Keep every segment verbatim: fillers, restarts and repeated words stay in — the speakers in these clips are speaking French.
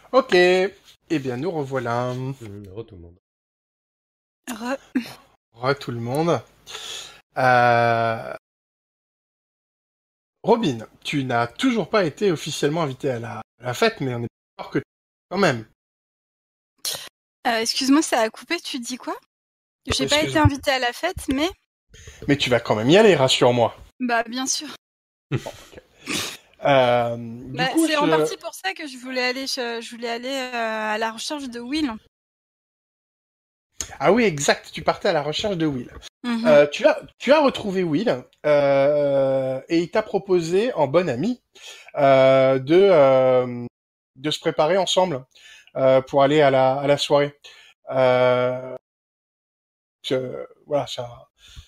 Ok. Eh bien, nous revoilà. Mmh, re tout le monde. Re... Re tout le monde. Euh... Robin, tu n'as toujours pas été officiellement invité à la, à la fête, mais on est d'accord que quand même. Euh, excuse-moi, ça a coupé, tu dis quoi? J'ai pas Excuse- été invitée à la fête, mais... Mais tu vas quand même y aller, rassure-moi. Bah, bien sûr. Euh, du Bah, coup, c'est je... en partie pour ça que je voulais aller, je, je voulais aller euh, à la recherche de Will. Ah oui, exact, tu partais à la recherche de Will. Mhm. Euh, tu, as, tu as retrouvé Will, euh, et il t'a proposé, en bon ami, euh, de, euh, de se préparer ensemble euh, pour aller à la, à la soirée. Euh, que, voilà, ça...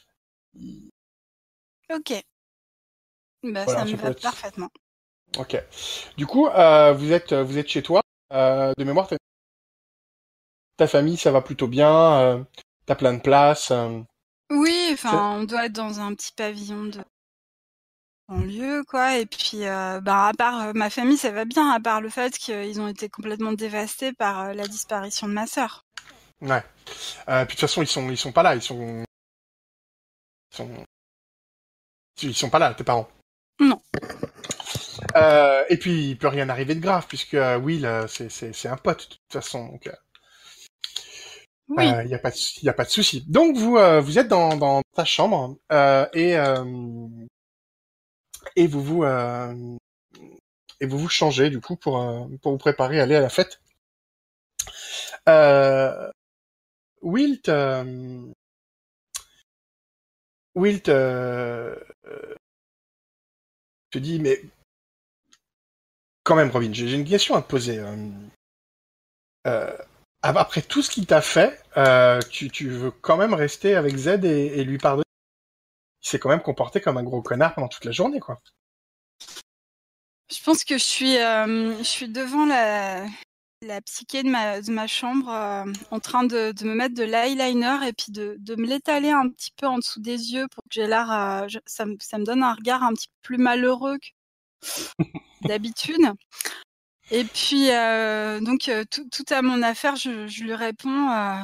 Ok. Bah, Voilà, ça me ça peut va être... parfaitement. Ok. Du coup, euh, vous êtes, vous êtes chez toi. Euh, de mémoire, ta, ta famille, ça va plutôt bien. Euh, t'as plein de place. Euh, Oui, c'est- enfin, on doit être dans un petit pavillon de banlieue, quoi. Et puis, euh, bah, à part euh, ma famille, ça va bien, à part le fait qu'ils ont été complètement dévastés par euh, la disparition de ma sœur. ouais. Euh, puis de toute façon, ils sont, ils sont pas là. Ils sont, ils sont, ils sont pas là, tes parents. Non. Euh, et puis, il peut rien arriver de grave puisque euh, Will, euh, c'est, c'est, c'est un pote de toute façon. Donc, il Oui. euh, y a pas, de, y a pas de souci. Donc, vous, euh, vous êtes dans, dans ta chambre euh, et euh, et vous vous euh, et vous vous changez du coup pour euh, pour vous préparer à aller à la fête. Euh, Wilt, euh, Wilt euh, euh, te dit, mais quand même, Robin, j'ai j'ai une question à te poser. Euh, euh, après tout ce qu'il t'a fait, euh, tu, tu veux quand même rester avec Z et, et lui pardonner? Il s'est quand même comporté comme un gros connard pendant toute la journée, quoi. Je pense que je suis, euh, je suis devant la, la psyché de ma, de ma chambre, euh, en train de, de me mettre de l'eyeliner et puis de, de me l'étaler un petit peu en dessous des yeux pour que j'ai l'air, euh, je- ça, me, ça me donne un regard un petit peu plus malheureux que d'habitude. Et puis, euh, donc, euh, tout, tout à mon affaire, je, je lui réponds, euh,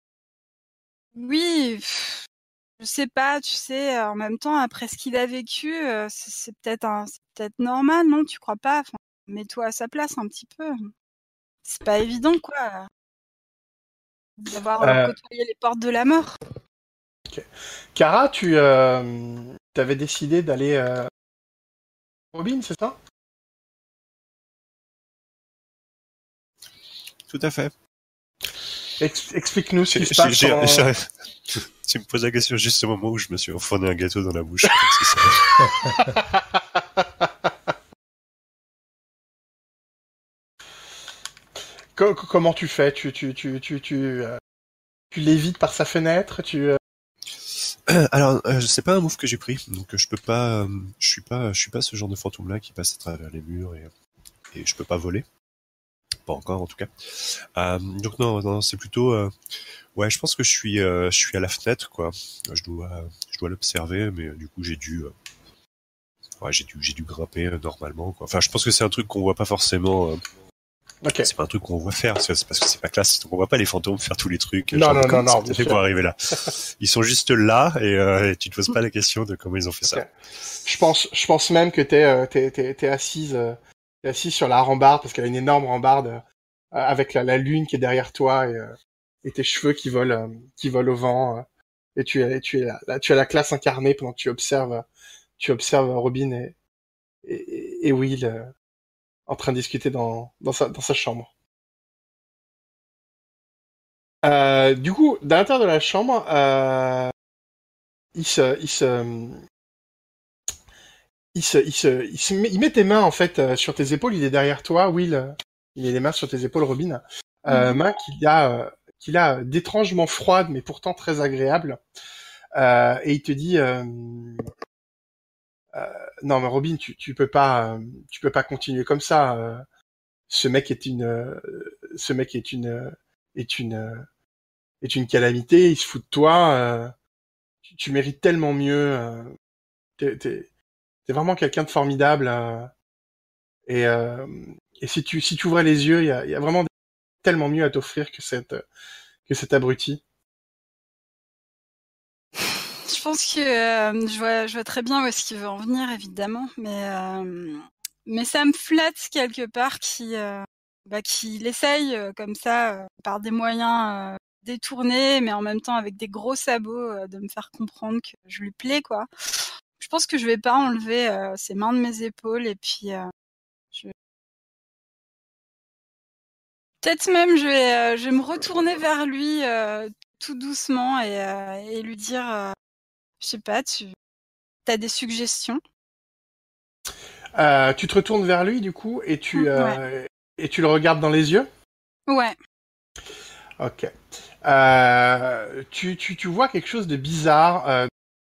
oui, pff, je sais pas, tu sais, en même temps, après ce qu'il a vécu, euh, c'est c'est peut-être un, c'est peut-être normal, non? Tu crois pas? Enfin, mets-toi à sa place un petit peu. C'est pas évident, quoi, d'avoir euh, Euh, côtoyé les portes de la mort. Kara, tu euh, avais décidé d'aller euh, Robin, c'est ça? Tout à fait. Ex- Explique-nous ce qui se J'ai, passe. j'ai, Pendant... j'ai- tu me poses la question juste au moment où je me suis enfourné un gâteau dans la bouche. C'est ça. Co- comment tu fais? Tu, tu, tu, tu, tu, euh, tu l'évites par sa fenêtre? Tu euh, Alors, euh, c'est pas un move que j'ai pris, donc euh, je peux pas, euh, je suis pas, je suis pas ce genre de fantôme-là qui passe à travers les murs et, et je peux pas voler, pas encore en tout cas. Euh, donc non, non, c'est plutôt, euh, ouais, je pense que je suis, euh, je suis à la fenêtre, quoi. Je dois, je dois l'observer, mais euh, du coup j'ai dû, euh, ouais, j'ai dû, j'ai dû grimper euh, normalement, quoi. Enfin, je pense que c'est un truc qu'on voit pas forcément. Euh, Ok. c'est pas un truc qu'on voit faire, c'est c'est parce que c'est pas classe. Donc on voit pas les fantômes faire tous les trucs. Non, Genre, non, non, comment non, ça bien fait sûr. pour arriver là? Ils sont juste là et, euh, et tu te poses pas la question de comment ils ont fait Ok. ça. Je pense, je pense même que t'es, euh, t'es, t'es, t'es assise, euh, t'es assise sur la rambarde parce qu'elle a une énorme rambarde euh, avec la, la lune qui est derrière toi et, euh, et tes cheveux qui volent, euh, qui volent au vent. euh, et tu es, tu es là, là, tu as la classe incarnée pendant que tu observes, euh, tu observes Robin et, et, et Will euh, en train de discuter dans, dans sa, dans sa chambre. Euh, du coup, dans l'intérieur de la chambre, euh, il se, il se, il se, il se, il se met, il met tes mains en fait euh, sur tes épaules. Il est derrière toi, Will. euh, Il met les mains sur tes épaules, Robin. Euh, Mhm. mains qu'il a, euh, qu'il a d'étrangement froides, mais pourtant très agréables. Euh, et il te dit, euh, euh, non mais Robin, tu, tu peux pas, euh, tu peux pas continuer comme ça. euh, ce mec est une, euh, ce mec est une, euh, est une, euh, est une calamité. Il se fout de toi. euh, tu, tu mérites tellement mieux. euh, t'es, t'es, t'es vraiment quelqu'un de formidable. euh, et, euh, Et si tu si tu ouvrais les yeux, il y a, y a vraiment tellement mieux à t'offrir que cette que cet abruti. Je pense que euh, je vois je vois très bien où est-ce qu'il veut en venir, évidemment, mais euh, mais ça me flatte quelque part qu'il euh, bah, qu'il essaye euh, comme ça euh, par des moyens euh, détournés, mais en même temps avec des gros sabots euh, de me faire comprendre que je lui plais, quoi. Je pense que je vais pas enlever euh, ses mains de mes épaules et puis euh, je... peut-être même je vais euh, je vais me retourner vers lui euh, tout doucement et, euh, et lui dire euh, je sais pas, tu as des suggestions? Euh, tu te retournes vers lui du coup et tu Ouais. euh, et tu le regardes dans les yeux. Ouais. Ok. Euh, tu, tu tu vois quelque chose de bizarre euh,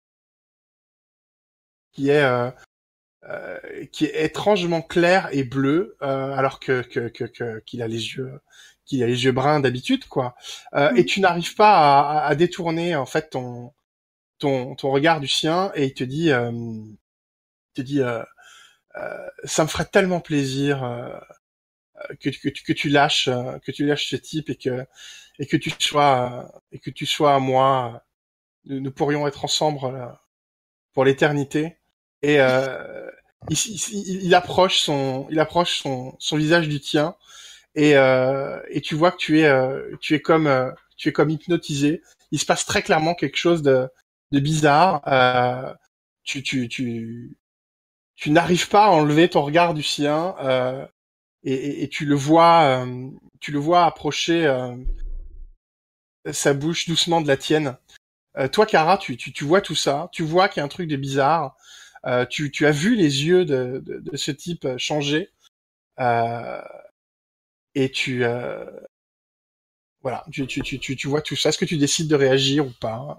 qui est euh, euh, qui est étrangement clair et bleu euh, alors que que que que- qu'il a les yeux qu'il a les yeux bruns d'habitude quoi. Euh, et Mmh. tu n'arrives pas à, à- à détourner en fait ton ton ton regard du sien et il te dit euh, il te dit euh, euh, ça me ferait tellement plaisir euh, que, que, tu- que tu lâches euh, que tu lâches ce type et que et que tu sois euh, et que tu sois à moi. Nous, nous pourrions être ensemble euh, pour l'éternité. Et euh, il, il, il approche son il approche son son visage du tien et euh, et tu vois que tu es euh, tu es comme euh, tu es comme hypnotisé. Il se passe très clairement quelque chose de de bizarre. Euh, tu tu tu tu n'arrives pas à enlever ton regard du sien euh, et, et, et tu le vois euh, tu le vois approcher euh, sa bouche doucement de la tienne. Euh, toi, Kara, tu, tu, tu vois tout ça, tu vois qu'il y a un truc de bizarre, euh, tu, tu as vu les yeux de, de, de ce type euh, changer, euh, et tu, euh, voilà, tu, tu, tu, tu, tu vois tout ça. Est-ce que tu décides de réagir ou pas?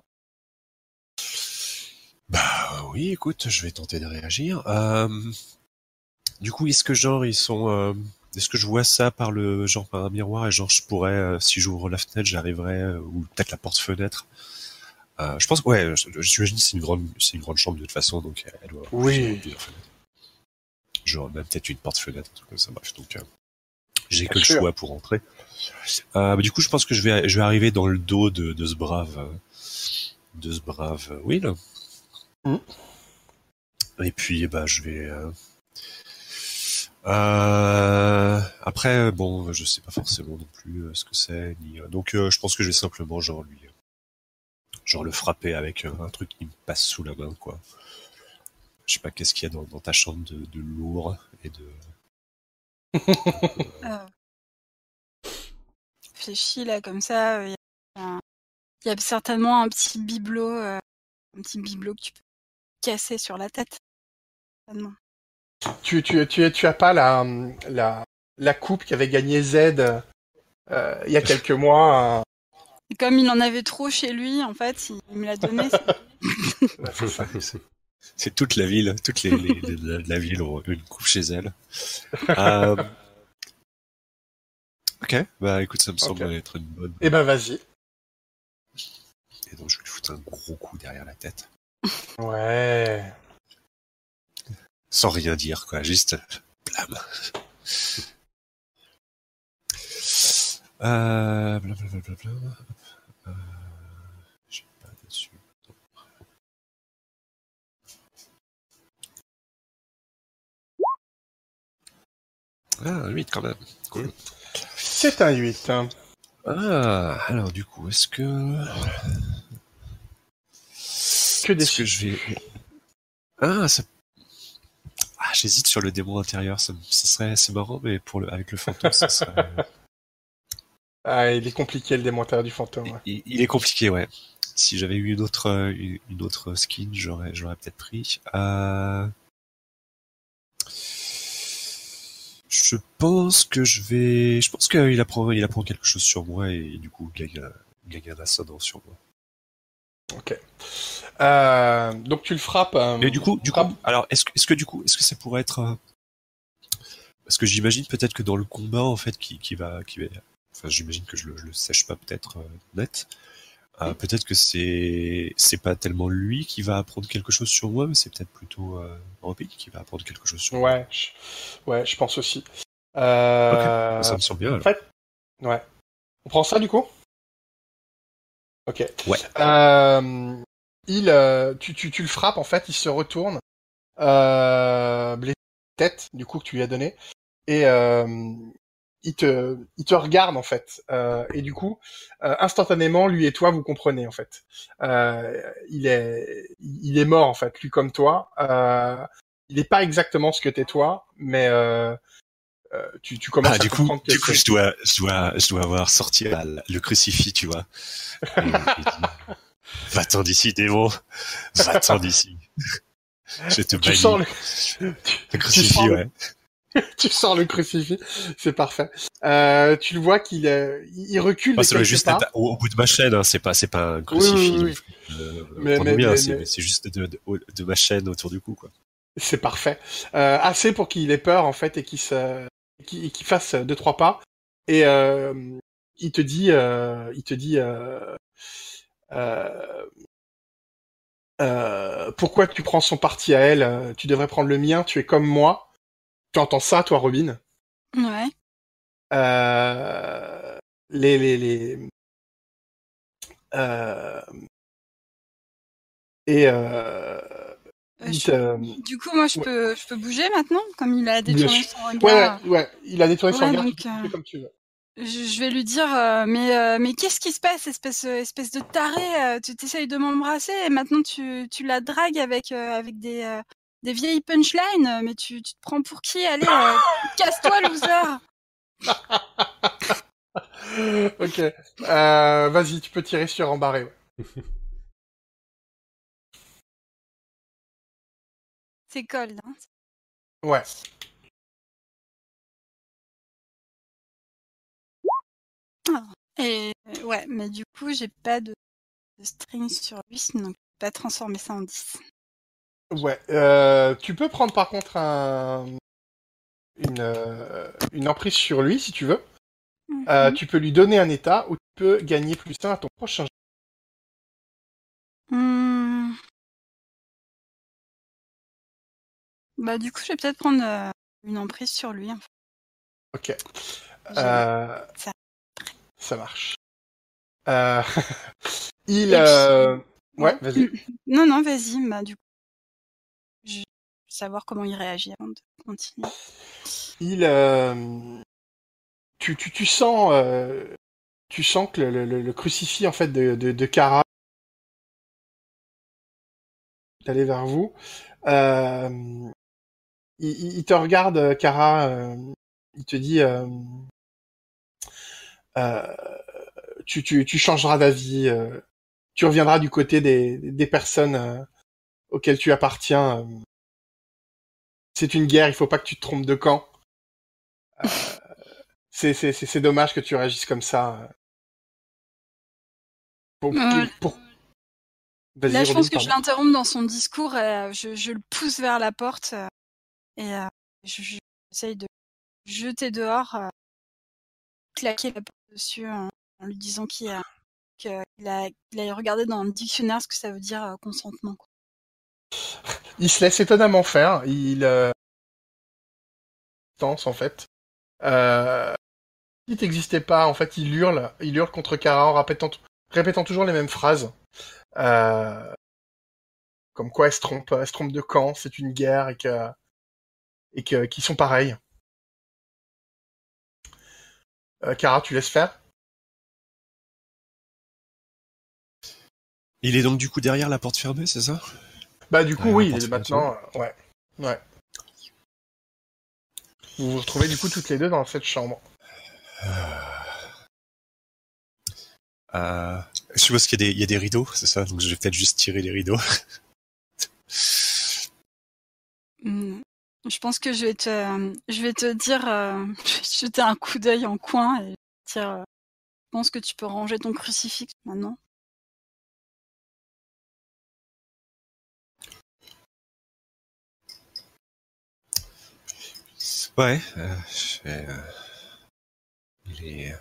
Bah oui, écoute, je vais tenter de réagir. Euh, du coup, est-ce que genre ils sont, euh, est-ce que je vois ça par le genre par un miroir et genre je pourrais, euh, si j'ouvre la fenêtre, j'arriverais euh, ou peut-être la porte-fenêtre. Euh, je pense que ouais, je- j'imagine que c'est une grande, c'est une grande chambre de toute façon, donc elle doit avoir plusieurs, Oui, plusieurs fenêtres. Genre même peut-être une porte-fenêtre, un truc comme ça. Bref, donc euh, j'ai bien que le sûr. choix pour entrer. Euh, bah, du coup, je pense que je vais, je vais arriver dans le dos de, de ce brave, euh, de ce brave euh, Will. Mm. Et puis, bah, je vais. Euh... Euh... Après, bon, je sais pas forcément non plus euh, ce que c'est. Ni... Donc, euh, je pense que je vais simplement genre lui, genre le frapper avec euh, un truc qui me passe sous la main, quoi. Je sais pas qu'est-ce qu'il y a dans, dans ta chambre de, de lourd et de. Euh, réfléchis là comme ça, il y, y a certainement un petit bibelot, euh, un petit bibelot que tu peux casser sur la tête. Certainement. Tu, tu, tu, tu as pas la, la, la coupe qui avait gagné Z euh, il y a quelques mois. euh, Et comme il en avait trop chez lui, en fait, il, il me l'a donné. ouais, c'est ça. c'est, c'est toute la ville, toutes les, les, les la, la ville ont une coupe chez elle. Euh... Ok, bah écoute, ça me semble Ok. être une bonne. Eh ben vas-y. Et donc je vais lui foutre un gros coup derrière la tête. Ouais. Sans rien dire, quoi, juste blam. Euh, blablabla. Euh, j'ai pas dessus. Ah, huit quand même. Cool. C'est un huit. Ah, alors du coup, est-ce que... Que Est-ce que décides-tu? je vais... Ah, ça... Ah, j'hésite sur le démon intérieur, ça, ça serait assez marrant, mais pour le... avec le fantôme, ça serait... Ah, il est compliqué le démonteur du fantôme. Ouais. il, il est compliqué, ouais. Si j'avais eu une autre, une, une autre skin, j'aurais, j'aurais peut-être pris. Euh... Je pense que je vais, je pense qu'il apprend, il apprend quelque chose sur moi et du coup gagne, gagne un ascendant sur moi. Ok. Euh, donc tu le frappes. Euh, Et du coup, du frappe. coup, alors est-ce que, est-ce que du coup, est-ce que ça pourrait être, euh... parce que j'imagine peut-être que dans le combat en fait, qui, qui va, qui va, enfin j'imagine que je le, je le sèche pas peut-être euh, net. Euh, peut-être que c'est, c'est pas tellement lui qui va apprendre quelque chose sur moi, mais c'est peut-être plutôt euh, Robin qui va apprendre quelque chose sur moi. Ouais, je, ouais, je pense aussi. Euh, Ok, ça me semble bien. en Alors. fait, ouais. On prend ça du coup? Ok. Ouais. Euh, il, euh, tu, tu, tu le frappes en fait, il se retourne, euh, blessé la tête du coup que tu lui as donné, et euh, il te, il te regarde en fait, euh, et du coup, euh, instantanément, lui et toi, vous comprenez en fait. Euh, il est, il est mort en fait, lui comme toi. Euh, il n'est pas exactement ce que t'es toi, mais euh, euh, tu, tu commences Ah, à du coup, comprendre que du coup, c'est. je dois, je dois, je dois avoir sorti la- la- le crucifix, tu vois. Et, et dit, va-t'en d'ici, démon. Va-t'en d'ici. Je te Tu sors bannis. le, Le tu sors crucifix, le, ouais. tu sors le crucifix, c'est parfait. Euh, tu le vois qu'il, euh, il recule Enfin, de ça doit quelques juste être pas. au, au bout de ma chaîne, hein. C'est pas, c'est pas un Oui, oui, crucifix oui, non oui. plus. Euh, Mais, prenons mais, bien, mais, c'est, mais, c'est juste de, de, de ma chaîne autour du cou, quoi. c'est parfait. Euh, assez pour qu'il ait peur en fait et qu'il se, qu'il, qu'il fasse deux trois pas. Et euh, il te dit, euh, il te dit, euh, euh, euh, pourquoi tu prends son parti à elle? euh, Tu devrais prendre le mien. Tu es comme moi. Tu entends ça, toi, Robin? Ouais. Euh, les, les, les, euh, et euh, Euh, il je- te, Du coup, moi, je ouais, peux, je peux bouger maintenant, comme il a bien détourné sûr. son Ouais, ouais, regard. ouais. Il a détourné son Ouais, regard. Tu donc peux euh, bouger comme tu veux. je, je vais lui dire, euh, mais, euh, mais qu'est-ce qui se passe, espèce, espèce de taré euh, Tu t'essayes de m'embrasser et maintenant tu, tu la dragues avec, euh, avec des, euh, des vieilles punchlines. euh, Mais tu, tu te prends pour qui? Allez, euh, casse-toi, loser! Ok. Euh, vas-y, tu peux tirer sur embarré. Ouais. C'est cold. Hein. Ouais. Ah. Et euh, ouais, mais du coup, j'ai pas de, de string sur lui, donc je peux pas transformer ça en dix. Ouais. Euh, tu peux prendre par contre un, une, euh, une emprise sur lui si tu veux. Euh, Mhm. tu peux lui donner un état ou tu peux gagner plus un à ton prochain jeu. Hmm. Bah, du coup, je vais peut-être prendre euh, une emprise sur lui. En fait. Ok. J'aime Euh, ça. ça marche. Euh, il... Et puis, Euh... Ouais, ouais. vas-y. Non, non, vas-y. Bah, du coup, je veux savoir comment il réagit avant de continuer. Il... Euh... Tu, tu, tu sens... Euh... Tu sens que le, le, le crucifix en fait de, de, de Kara est allé vers vous. Euh... Il, il, il te regarde, Kara. Euh... Il te dit... Euh... Euh... Tu, tu, tu changeras d'avis. Euh... Tu reviendras du côté des, des personnes euh, auxquelles tu appartiens. Euh... C'est une guerre, il faut pas que tu te trompes de camp. Euh... C'est, c'est, c'est, c'est dommage que tu réagisses comme ça. euh. Pour, Euh, pour... Vas-y, Là, je Robin, pense que je pardon. l'interromps dans son discours et euh, je, je le pousse vers la porte euh, et euh, je, je- j'essaye de jeter dehors, euh, claquer la porte dessus en, en lui disant qu'il a, qu'il a, qu'il a regardé dans le dictionnaire ce que ça veut dire euh, consentement. Quoi. Il se laisse étonnamment faire. Il euh... tense, en fait. Euh... Il n'existait pas, en fait, il hurle. Il hurle contre Kara en répétant, répétant toujours les mêmes phrases. Euh... Comme quoi elle se trompe, elle se trompe de camp, c'est une guerre et que et que qu'ils sont pareils. Euh, Kara, tu laisses faire? Il est donc du coup derrière la porte fermée, c'est ça? Bah du coup Derrière la oui, il porte est fermée, c'est bon. maintenant, euh, ouais, ouais. Vous vous retrouvez du coup toutes les deux dans cette chambre. Euh, je suppose qu'il y a des, il y a des rideaux, c'est ça? Donc je vais peut-être juste tirer les rideaux. Hmm. Je pense que je vais te, euh, je vais te dire, euh, je vais te jeter un coup d'œil en coin et dire, euh, je pense que tu peux ranger ton crucifix maintenant. Ouais, euh, je vais, euh, il est,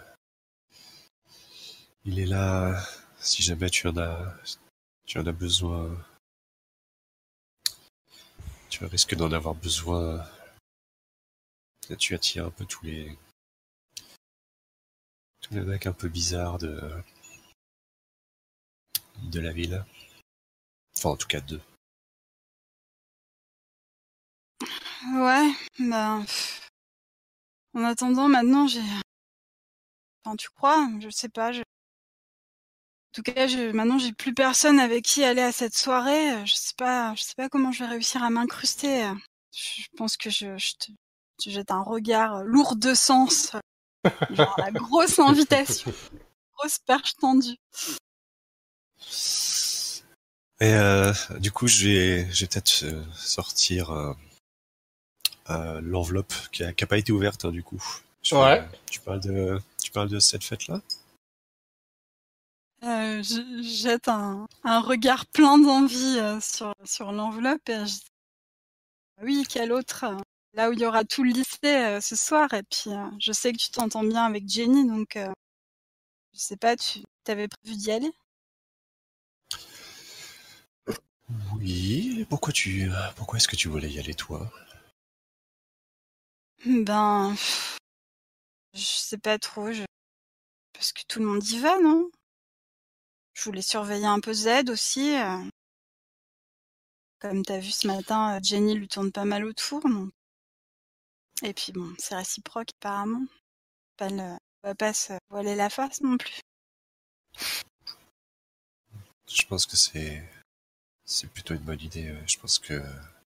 il est là. Si jamais tu en as, tu en as besoin, tu risques d'en avoir besoin tu attires un peu tous les tous les mecs un peu bizarres de de la ville. Enfin, en tout cas, deux. Ouais, bah... pff. En attendant, maintenant, j'ai... Enfin, tu crois? Je sais pas, je... En tout cas, je... maintenant, j'ai plus personne avec qui aller à cette soirée. Je sais pas, je sais pas comment je vais réussir à m'incruster. Je pense que je, je te... je jette un regard lourd de sens. Genre la grosse invitation. Grosse perche tendue. Et euh, du coup, je vais, je vais peut-être euh, sortir euh, euh, l'enveloppe qui a, qui a pas été ouverte, hein, du coup. Je Ouais. vais- tu parles de, tu parles de cette fête-là? Euh, je jette un, un regard plein d'envie euh, sur, sur l'enveloppe et je dis oui, quel autre euh, là où il y aura tout le lycée euh, ce soir. Et puis, euh, je sais que tu t'entends bien avec Jenny, donc euh, je sais pas, tu t'avais prévu d'y aller? Oui. Pourquoi tu, pourquoi est-ce que tu voulais y aller, toi? Ben, pff, je sais pas trop, je... parce que tout le monde y va, non? Je voulais surveiller un peu Z aussi. euh. Comme t'as vu ce matin, euh, Jenny lui tourne pas mal autour, donc. Et puis bon, c'est réciproque apparemment. Pas le... On va pas se voiler la face non plus. Je pense que c'est, c'est plutôt une bonne idée. Ouais. Je pense que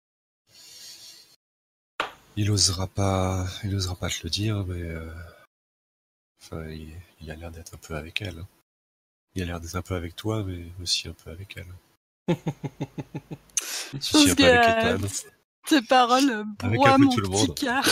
il osera pas, il osera pas te le dire, mais euh... enfin, il, il a l'air d'être un peu avec elle. Hein. Il a l'air d'être un peu avec toi, mais aussi un peu avec elle. Je Si, pense un peu avec que Ethan. tes paroles Avec broient un peu mon tout le petit monde. cœur.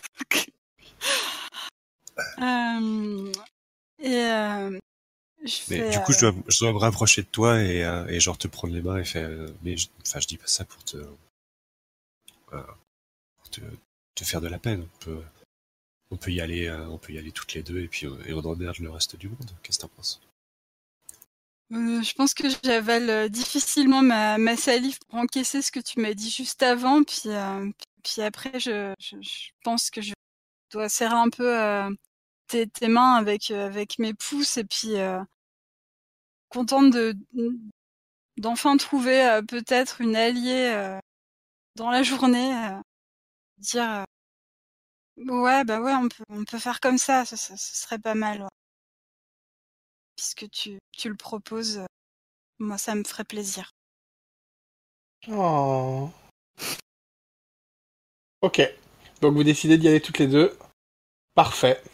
euh, et euh, je Mais fais. du coup, je euh, dois, je dois me rapprocher de toi et, euh, et genre te prendre les mains et faire. euh, mais je, enfin, je dis pas ça pour te, euh, pour te, te faire de la peine. On peut, on peut y aller, euh, on peut y aller toutes les deux et puis euh, et on emmerde le reste du monde. Qu'est-ce que t'en penses? euh, je pense que j'avale euh, difficilement ma, ma salive pour encaisser ce que tu m'as dit juste avant, puis, euh, puis après, je, je, je pense que je dois serrer un peu euh, tes, tes mains avec, euh, avec mes pouces et puis euh, contente de d'enfin trouver euh, peut-être une alliée euh, dans la journée, euh, dire euh, ouais bah ouais on peut on peut faire comme ça, ce, ce, ce serait pas mal, ouais. Puisque tu tu le proposes, euh, moi ça me ferait plaisir. Oh. Ok. Donc vous décidez d'y aller toutes les deux. Parfait.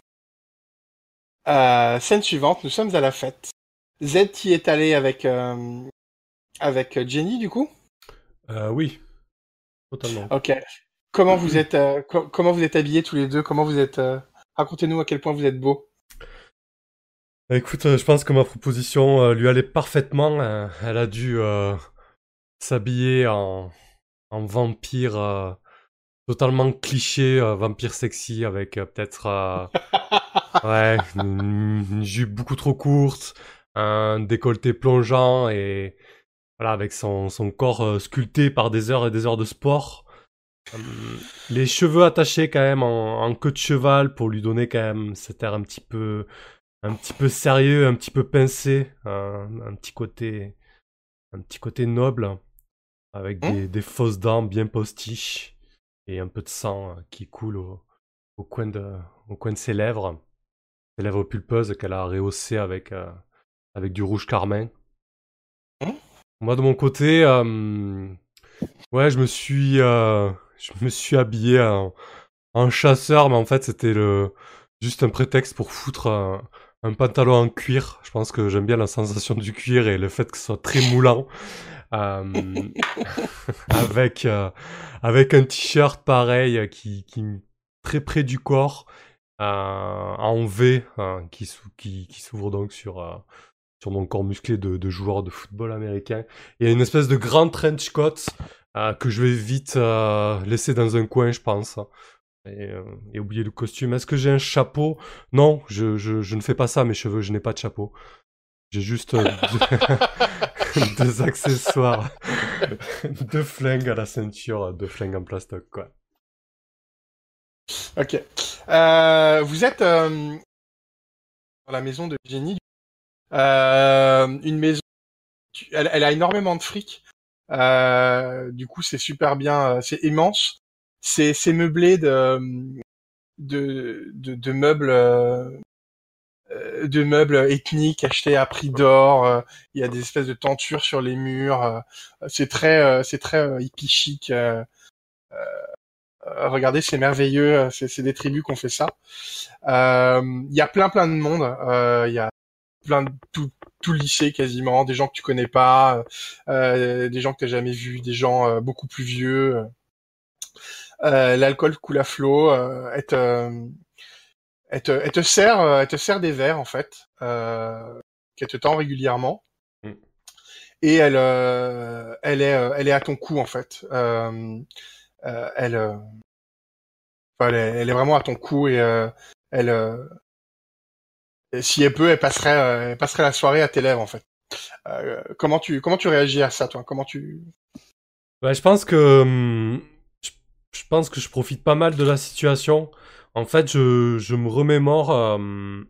Euh, scène suivante, nous sommes à la fête. Z qui est allé avec euh, avec Jenny du coup. Euh, oui, totalement. Ok. Comment vous êtes euh, co- comment vous êtes habillés tous les deux? Comment vous êtes euh, Racontez-nous à quel point vous êtes beaux. Bah, écoute, euh, je pense que ma proposition euh, lui allait parfaitement. euh, elle a dû euh, s'habiller en, en vampire euh, totalement cliché, euh, vampire sexy, avec euh, peut-être euh, ouais, une, une jupe beaucoup trop courte, un décolleté plongeant et voilà, avec son, son corps euh, sculpté par des heures et des heures de sport. Hum, les cheveux attachés quand même en, en queue de cheval pour lui donner quand même cet air un petit peu un petit peu sérieux, un petit peu pincé, un, un petit côté un petit côté noble avec Hum des, des fausses dents bien postiches et un peu de sang euh, qui coule au, au coin de au coin de ses lèvres, ses lèvres pulpeuses qu'elle a rehaussées avec euh, avec du rouge carmin. Hum Moi de mon côté, euh, ouais, je me suis euh, je me suis habillé en, en chasseur, mais en fait c'était le juste un prétexte pour foutre un, un pantalon en cuir. Je pense que j'aime bien la sensation du cuir et le fait que ce soit très moulant. Euh, avec euh, avec un t-shirt pareil euh, qui qui très près du corps euh, en V euh, qui sou- qui qui s'ouvre donc sur euh, sur mon corps musclé de, de joueur de football américain et une espèce de grand trench coat euh, que je vais vite euh, laisser dans un coin, je pense. Et, euh, et oublier le costume. Est-ce que j'ai un chapeau? Non, je, je, je ne fais pas ça, mes cheveux, je n'ai pas de chapeau. J'ai juste euh, deux, deux accessoires. Deux flingues à la ceinture, deux flingues en plastoc, quoi. Ok. Euh, vous êtes euh, dans la maison de Jenny. Euh, une maison. Elle, elle a énormément de fric. Euh, du coup, c'est super bien. euh, C'est immense. C'est c'est meublé de de de, de meubles. Euh, euh, de meubles ethniques achetés à prix d'or. euh, Il y a des espèces de tentures sur les murs. euh, C'est très, euh, c'est très euh, hippie chic. euh, euh, Regardez, c'est merveilleux. euh, C'est c'est des tribus qui ont fait ça. Euh, Il y a plein, plein de monde. euh, Il y a plein de tout, tout le lycée quasiment, des gens que tu connais pas, euh, des gens que t'as jamais vus, des gens euh, beaucoup plus vieux. Euh, L'alcool coule à flot. Euh, elle, te, elle, te, elle te sert, elle te sert des verres en fait, euh, qu'elle te tend régulièrement. Mm. Et elle, euh, elle est, euh, elle est à ton cou en fait. Euh, euh, elle, euh, enfin, elle, est, elle est vraiment à ton cou et euh, elle, euh, et si elle peut, elle passerait, euh, elle passerait la soirée à tes lèvres en fait. Euh, comment tu, comment tu réagis à ça, toi? Comment tu... Bah, je pense que hum, je, je pense que je profite pas mal de la situation. En fait, je, je me remémore, euh,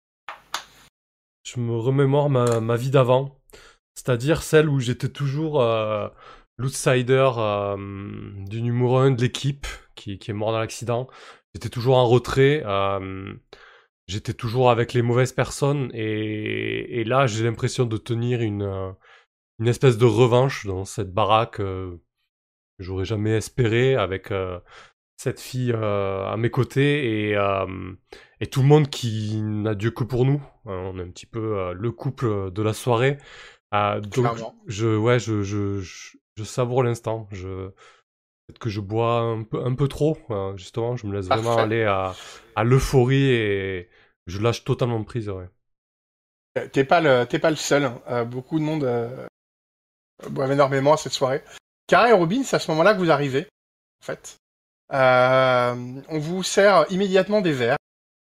je me remémore ma, ma vie d'avant, c'est-à-dire celle où j'étais toujours euh, l'outsider euh, du numéro un de l'équipe qui, qui est mort dans l'accident. J'étais toujours en retrait. Euh, j'étais toujours avec les mauvaises personnes et, et là, j'ai l'impression de tenir une, euh, une espèce de revanche dans cette baraque. Euh, que j'aurais jamais espéré avec euh, cette fille euh, à mes côtés et, euh, et tout le monde qui n'a Dieu que pour nous. Hein, on est un petit peu euh, le couple de la soirée. Euh, donc Clairement. je ouais je je je, je savoure l'instant. Je peut-être que je bois un peu un peu trop. Euh, justement, je me laisse vraiment Parfait. aller à à l'euphorie et je lâche totalement prise. Ouais. T'es pas le, t'es pas le seul. Hein. Euh, beaucoup de monde euh, boivent énormément à cette soirée. Cara et Robin, c'est à ce moment-là que vous arrivez, en fait. Euh, on vous sert immédiatement des verres.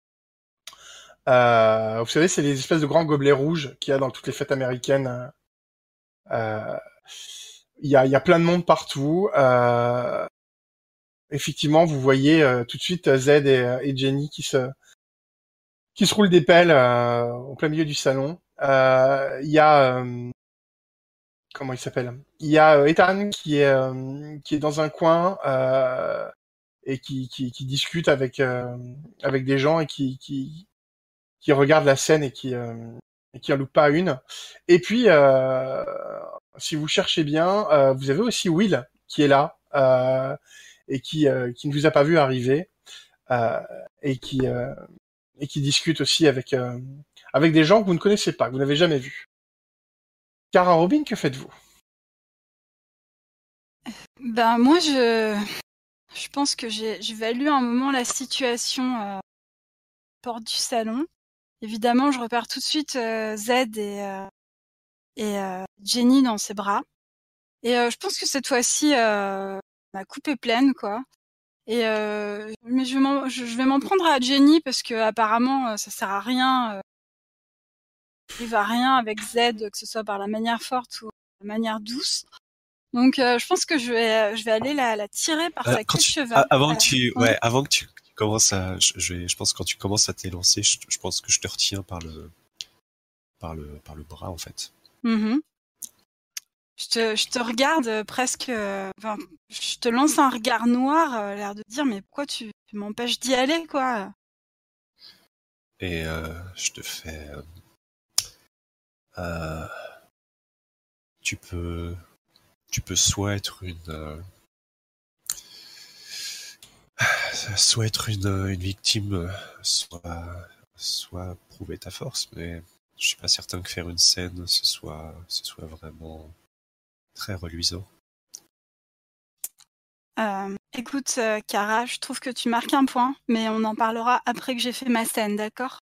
Euh, vous savez, c'est les espèces de grands gobelets rouges qu'il y a dans toutes les fêtes américaines. Euh, Il y, a, il y a plein de monde partout. Euh, effectivement, vous voyez euh, tout de suite Z et, et Jenny qui se qui se roulent des pelles euh, au plein milieu du salon. Euh, Il y a euh, comment il s'appelle? Il y a euh, Ethan qui est euh, qui est dans un coin euh, et qui, qui qui discute avec euh, avec des gens et qui qui qui regarde la scène et qui euh, et qui en loupe pas une. Et puis euh, si vous cherchez bien, euh, vous avez aussi Will qui est là euh, et qui euh, qui ne vous a pas vu arriver euh, et qui euh, et qui discute aussi avec euh, avec des gens que vous ne connaissez pas, que vous n'avez jamais vus. Cara, Robin, que faites-vous? Ben moi je je pense que j'ai j'évalue un moment la situation euh, porte du salon. Évidemment, je repère tout de suite euh, Z et euh, et euh, Jenny dans ses bras. Et euh, je pense que cette fois-ci euh, ma coupe est pleine quoi. Et euh, mais je vais m'en je, je vais m'en prendre à Jenny parce que apparemment euh, ça sert à rien. Euh, il va rien avec Z, que ce soit par la manière forte ou la manière douce. Donc euh, je pense que je vais je vais aller la, la tirer par Euh, sa quand queue de tu, cheval. a- avant Euh, que tu, ouais. ouais, avant que tu commences à, je, je, vais- je pense que quand tu commences à t'élancer, je, je pense que je te retiens par le, par le, par le bras en fait. Mm-hmm. Je te je te regarde euh, presque. Euh, enfin, je te lance un regard noir, euh, l'air de dire mais pourquoi tu, tu m'empêches d'y aller quoi. Et euh, je te fais, euh, euh, tu peux, tu peux soit être une, euh, soit être une, une victime, soit, soit prouver ta force, mais je suis pas certain que faire une scène ce soit, ce soit vraiment très reluisant. Euh, écoute, euh, Cara, je trouve que tu marques un point, mais on en parlera après que j'ai fait ma scène, d'accord?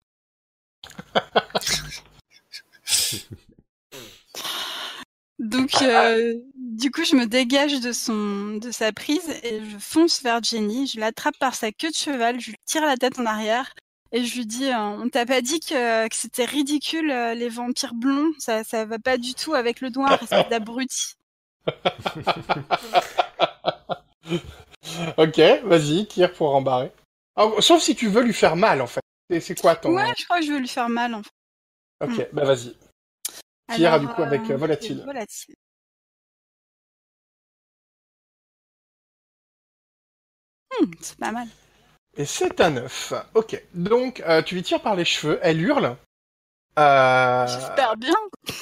Donc, euh, du coup, je me dégage de son, de sa prise et je fonce vers Jenny. Je l'attrape par sa queue de cheval, je lui tire la tête en arrière et je lui dis euh, on t'a pas dit que, que c'était ridicule euh, les vampires blonds, ça, ça va pas du tout avec le noir, espèce d'abruti. Ok, vas-y, tire pour rembarrer. Alors, sauf si tu veux lui faire mal, en fait. C'est, c'est quoi ton... Ouais, je crois que je vais lui faire mal, en fait. Ok, Mm. bah vas-y. Tire, Alors, du coup, avec euh, euh, volatile. volatile. Hmm, c'est pas mal. Et c'est un neuf. Ok. Donc, euh, tu lui tires par les cheveux, elle hurle. Euh... J'espère bien.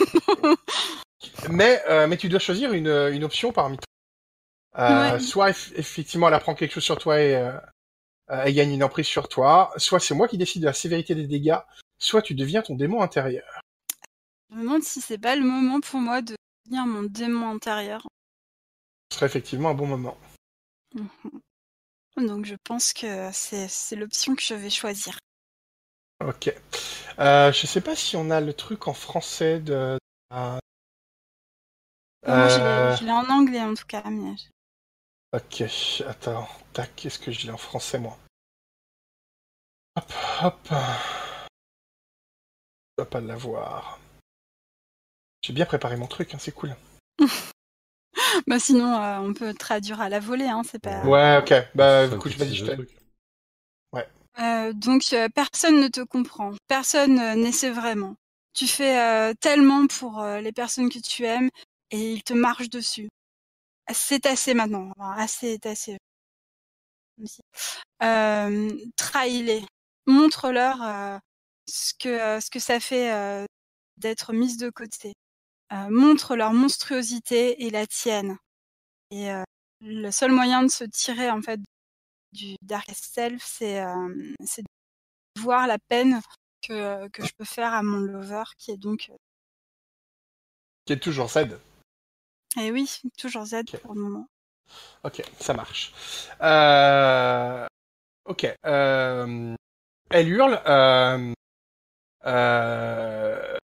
Mais, euh, mais tu dois choisir une, une option parmi euh, Ouais. soit eff- effectivement elle apprend quelque chose sur toi et euh, euh, elle gagne une emprise sur toi, soit c'est moi qui décide de la sévérité des dégâts, soit tu deviens ton démon intérieur. Je me demande si c'est pas le moment pour moi de devenir mon démon intérieur. Ce serait effectivement un bon moment. Donc je pense que c'est, c'est l'option que je vais choisir. Ok. Euh, je sais pas si on a le truc en français de... Euh... Moi je euh, l'ai, je l'ai en anglais en tout cas. Mais... Ok, attends. Tac, qu'est-ce que je l'ai en français, moi? Hop, hop. Je dois pas l'avoir. J'ai bien préparé mon truc, hein, c'est cool. bah sinon euh, on peut traduire à la volée, hein, c'est pas... Ouais, ok. Bah, écoute, Synthétiser vas-y, je le te... truc. Euh, donc euh, personne ne te comprend, personne euh, n'essaie vraiment. Tu fais euh, tellement pour euh, les personnes que tu aimes et ils te marchent dessus. C'est assez maintenant, enfin, assez est assez. Euh, trahis-les, montre-leur euh, ce que euh, ce que ça fait euh, d'être mise de côté. Euh, montre leur monstruosité et la tienne. Et euh, le seul moyen de se tirer en fait du Darkest Self, c'est euh, c'est de voir la peine que que je peux faire à mon lover, qui est donc. Qui est toujours Z. Et oui, toujours Z Ok. pour le moment. Ok, ça marche. Euh... Ok. Euh... Elle hurle. Euh... Euh...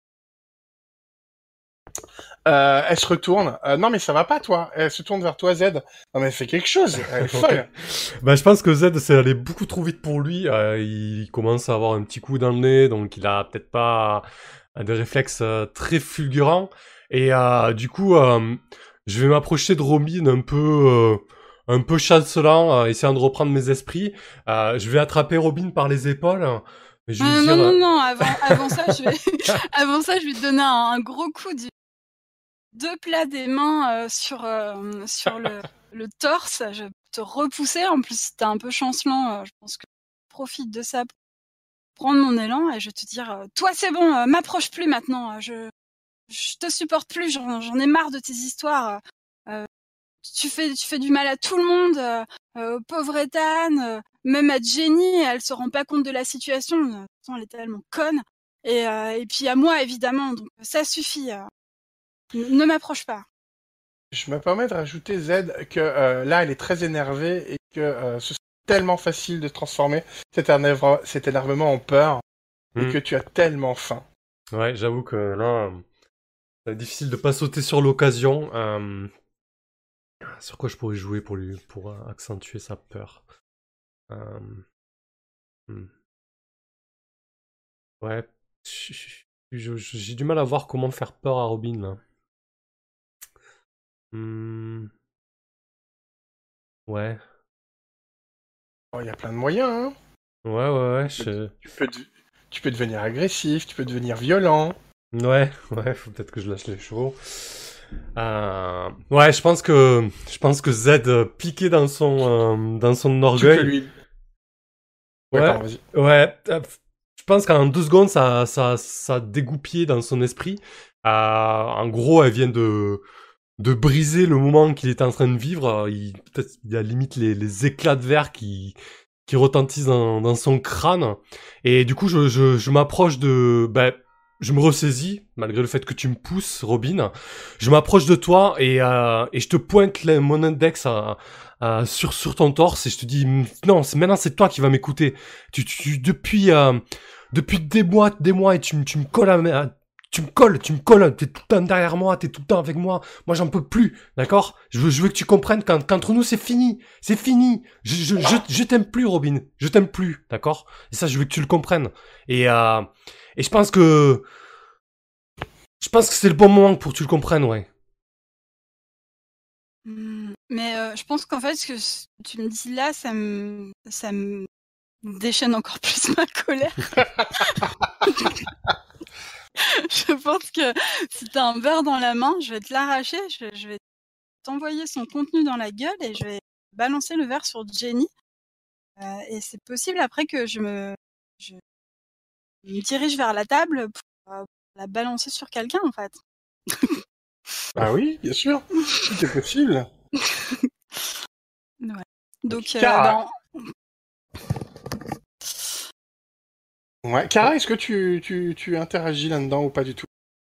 Euh, elle se retourne. Euh, non mais ça va pas toi. Elle se tourne vers toi Z. Non mais elle fait quelque chose. Elle est folle. Bah, je pense que Z, c'est allé beaucoup trop vite pour lui. Euh, il commence à avoir un petit coup dans le nez, donc il a peut-être pas euh, des réflexes euh, très fulgurants. Et euh, du coup, euh, je vais m'approcher de Robin un peu, euh, un peu chancelant, euh, essayant de reprendre mes esprits. Euh, je vais attraper Robin par les épaules. Et je vais Euh, lui non dire, non euh, non. Avant avant ça, je vais avant ça, je vais te donner un, un gros coup du deux plats des mains euh, sur euh, sur le le torse. Je vais te repousser. En plus, si t'es un peu chancelant, euh, je pense que je profite de ça pour prendre mon élan et je vais te dire, euh, toi c'est bon, euh, m'approche plus maintenant. euh, Je je te supporte plus. J'en j'en ai marre de tes histoires. euh, tu fais tu fais du mal à tout le monde, euh, euh, pauvre Ethan, euh, même à Jenny, elle se rend pas compte de la situation, euh, pourtant elle est tellement conne, et euh, et puis à moi évidemment, donc ça suffit, euh, n- ne m'approche pas. Je me permets de rajouter Z que euh, là elle est très énervée et que euh, ce serait tellement facile de transformer cet, énerve- cet énervement en peur et hmm. que tu as tellement faim. Ouais, j'avoue que là, euh, c'est difficile de pas sauter sur l'occasion. Euh, sur quoi je pourrais jouer pour lui, pour euh, accentuer sa peur. Euh, hmm. Ouais, je- je- je- j'ai du mal à voir comment faire peur à Robin là. Hmm, ouais, Oh, il y a plein de moyens, hein. ouais, ouais, ouais, Tu peux, je... tu peux de- tu peux devenir agressif, tu peux devenir violent. ouais, ouais, faut peut-être que je lâche les chevaux. Euh, ouais, je pense que je pense que Z euh, piqué dans son euh, dans son Tu peux orgueil. lui... Ouais, Ouais, pardon, vas-y. ouais. euh, Je pense qu'en deux secondes, ça ça ça a dégoupillé dans son esprit. Euh, en gros, elle vient de de briser le moment qu'il était en train de vivre. Il peut-être il y a limite les les éclats de verre qui qui retentissent dans, dans son crâne. Et du coup, je, je, je m'approche de... Ben, je me ressaisis, malgré le fait que tu me pousses, Robin. Je m'approche de toi et, euh, et je te pointe le, mon index à, à, sur, sur ton torse et je te dis, non, c'est, maintenant c'est toi qui vas m'écouter. Tu, tu, depuis, euh, depuis des mois, des mois, et tu, me- tu me colles à, à- tu me colles, tu me colles, t'es tout le temps derrière moi, t'es tout le temps avec moi. Moi, j'en peux plus, d'accord? Je veux, je veux que tu comprennes qu'en- qu'entre nous, c'est fini. C'est fini. Je, je, je, je t'aime plus, Robin. Je t'aime plus, d'accord? Et ça, je veux que tu le comprennes. Et, euh, et je pense que, je pense que c'est le bon moment pour que tu le comprennes, ouais. Hmm. Mais euh, je pense qu'en fait, ce que s- tu me dis là, ça me ça me déchaîne encore plus ma colère. Je pense que si t'as un verre dans la main, je vais te l'arracher, je, je vais t'envoyer son contenu dans la gueule et je vais balancer le verre sur Jenny. Euh, et c'est possible après que je me, je me dirige vers la table pour, euh, pour la balancer sur quelqu'un en fait. Ah oui, bien sûr, c'est possible. Ouais. Donc, euh, Cara. ben, Ouais. Cara, est-ce que tu, tu, tu interagis là-dedans ou pas du tout?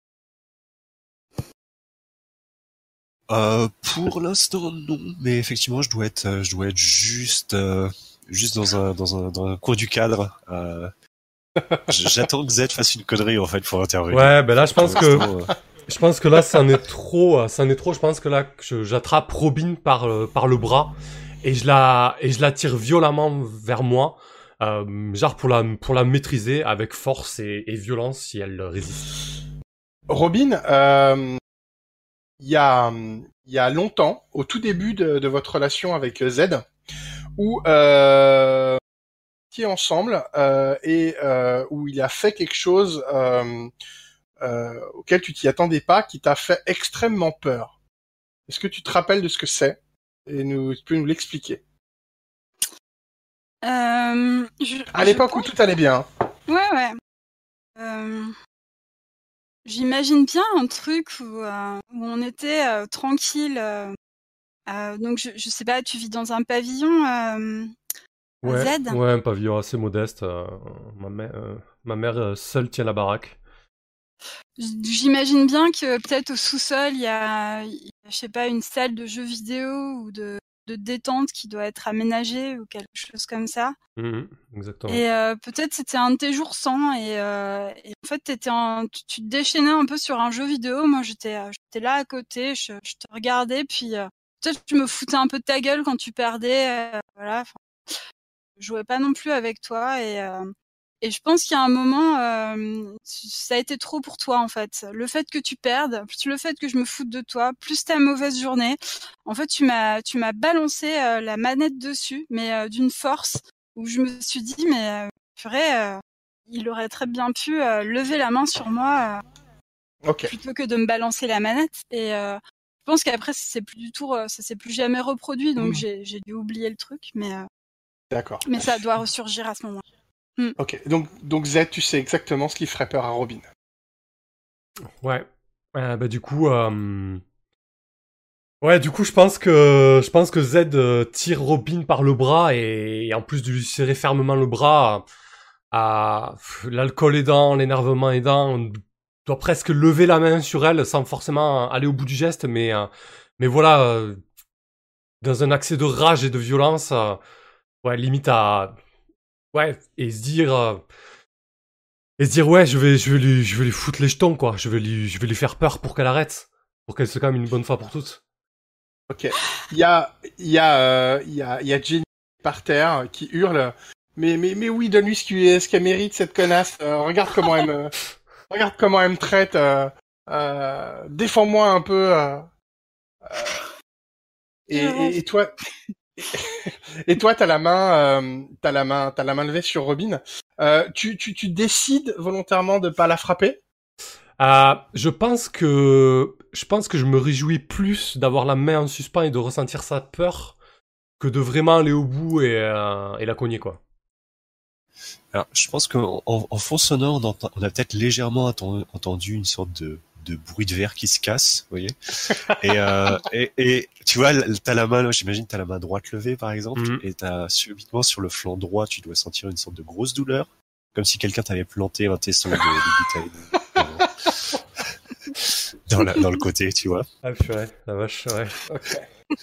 Euh, pour l'instant, non. Mais effectivement, je dois être, euh, je dois être juste, euh, juste dans un, dans un, dans un coin du cadre. Euh, j'attends que Z fasse une connerie en fait pour intervenir. Ouais, ben là, je pense Pour que, l'instant, euh, je pense que là, ça en est trop, euh, ça en est trop. Je pense que là, que je- j'attrape Robin par, euh, par le bras et je la, et je la tire violemment vers moi, euh, genre pour la, pour la maîtriser avec force et, et violence si elle résiste. Robin, euh, il y a, il y a longtemps, au tout début de, de votre relation avec Z, où euh, vous étiez ensemble euh, et euh, où il a fait quelque chose euh, euh, auquel tu t'y attendais pas, qui t'a fait extrêmement peur. Est-ce que tu te rappelles de ce que c'est? Et nous, tu peux nous l'expliquer. euh, je, À je l'époque où pense- tout allait bien. Ouais, ouais. Euh, J'imagine bien un truc où, euh, où on était euh, tranquille. euh, euh, donc je, je sais pas, tu vis dans un pavillon euh, Ouais, Z. ouais, un pavillon assez modeste. euh, ma mère, euh, ma mère euh, seule tient la baraque. J'imagine bien que peut-être au sous-sol il y a, il y a, je sais pas, une salle de jeux vidéo ou de, de détente qui doit être aménagée ou quelque chose comme ça. Mhm, exactement. Et euh, peut-être c'était un de tes jours sans et, euh, et en fait t'étais en, tu, tu te déchaînais un peu sur un jeu vidéo. Moi j'étais euh, j'étais là à côté, je, je te regardais puis euh, peut-être je me foutais un peu de ta gueule quand tu perdais. Euh, voilà, enfin, je jouais pas non plus avec toi et euh, et je pense qu'il y a un moment euh, ça a été trop pour toi en fait. Le fait que tu perdes, plus le fait que je me foute de toi, plus ta mauvaise journée. En fait tu m'as tu m'as balancé euh, la manette dessus, mais euh, d'une force où je me suis dit mais euh, purée, euh, il aurait très bien pu euh, lever la main sur moi euh, Ok. plutôt que de me balancer la manette. Et euh, je pense qu'après ça s'est plus du tout, euh, ça s'est plus jamais reproduit, donc Mmh. j'ai j'ai dû oublier le truc, mais euh, D'accord. mais ça doit ressurgir à ce moment. Ok. Donc, donc Z, tu sais exactement ce qui ferait peur à Robin. Ouais. Euh, bah du coup, euh... ouais, du coup, je pense que je pense que Z euh, tire Robin par le bras et, et en plus de lui serrer fermement le bras, à l'alcool aidant, l'énervement aidant, on doit presque lever la main sur elle sans forcément aller au bout du geste, mais euh, mais voilà, euh, dans un accès de rage et de violence, euh, ouais, limite à ouais, et se dire euh, et se dire ouais, je vais je vais lui je vais lui foutre les jetons quoi, je vais lui je vais lui faire peur pour qu'elle arrête, pour qu'elle se calme une bonne fois pour toutes. Ok. Il y a, il y a, euh, il y a, il y a Jenny par terre qui hurle. Mais, mais, mais oui, donne-lui ce qu'il- ce qu'elle mérite, cette connasse. Euh, regarde comment elle me, regarde comment elle me traite. Euh, euh, défends-moi un peu. Euh, euh, et, et, et toi, et toi, t'as la main, euh, t'as la main, t'as la main levée sur Robin. Euh, tu, tu, tu décides volontairement de pas la frapper. Euh, je pense que je pense que je me réjouis plus d'avoir la main en suspens et de ressentir sa peur que de vraiment aller au bout et, euh, et la cogner quoi. Alors, je pense qu'en en, en fond sonore, on, entend, on a peut-être légèrement atten- entendu une sorte de, de bruit de verre qui se casse, vous voyez. Et, euh, et, et tu vois, t'as la main, j'imagine, t'as la main droite levée, par exemple, Mhm. et t'as subitement sur le flanc droit, tu dois sentir une sorte de grosse douleur, comme si quelqu'un t'avait planté un tesson de, de bouteille dans, dans, la, dans le côté, tu vois. Ah purée, la vache, ouais. Ok.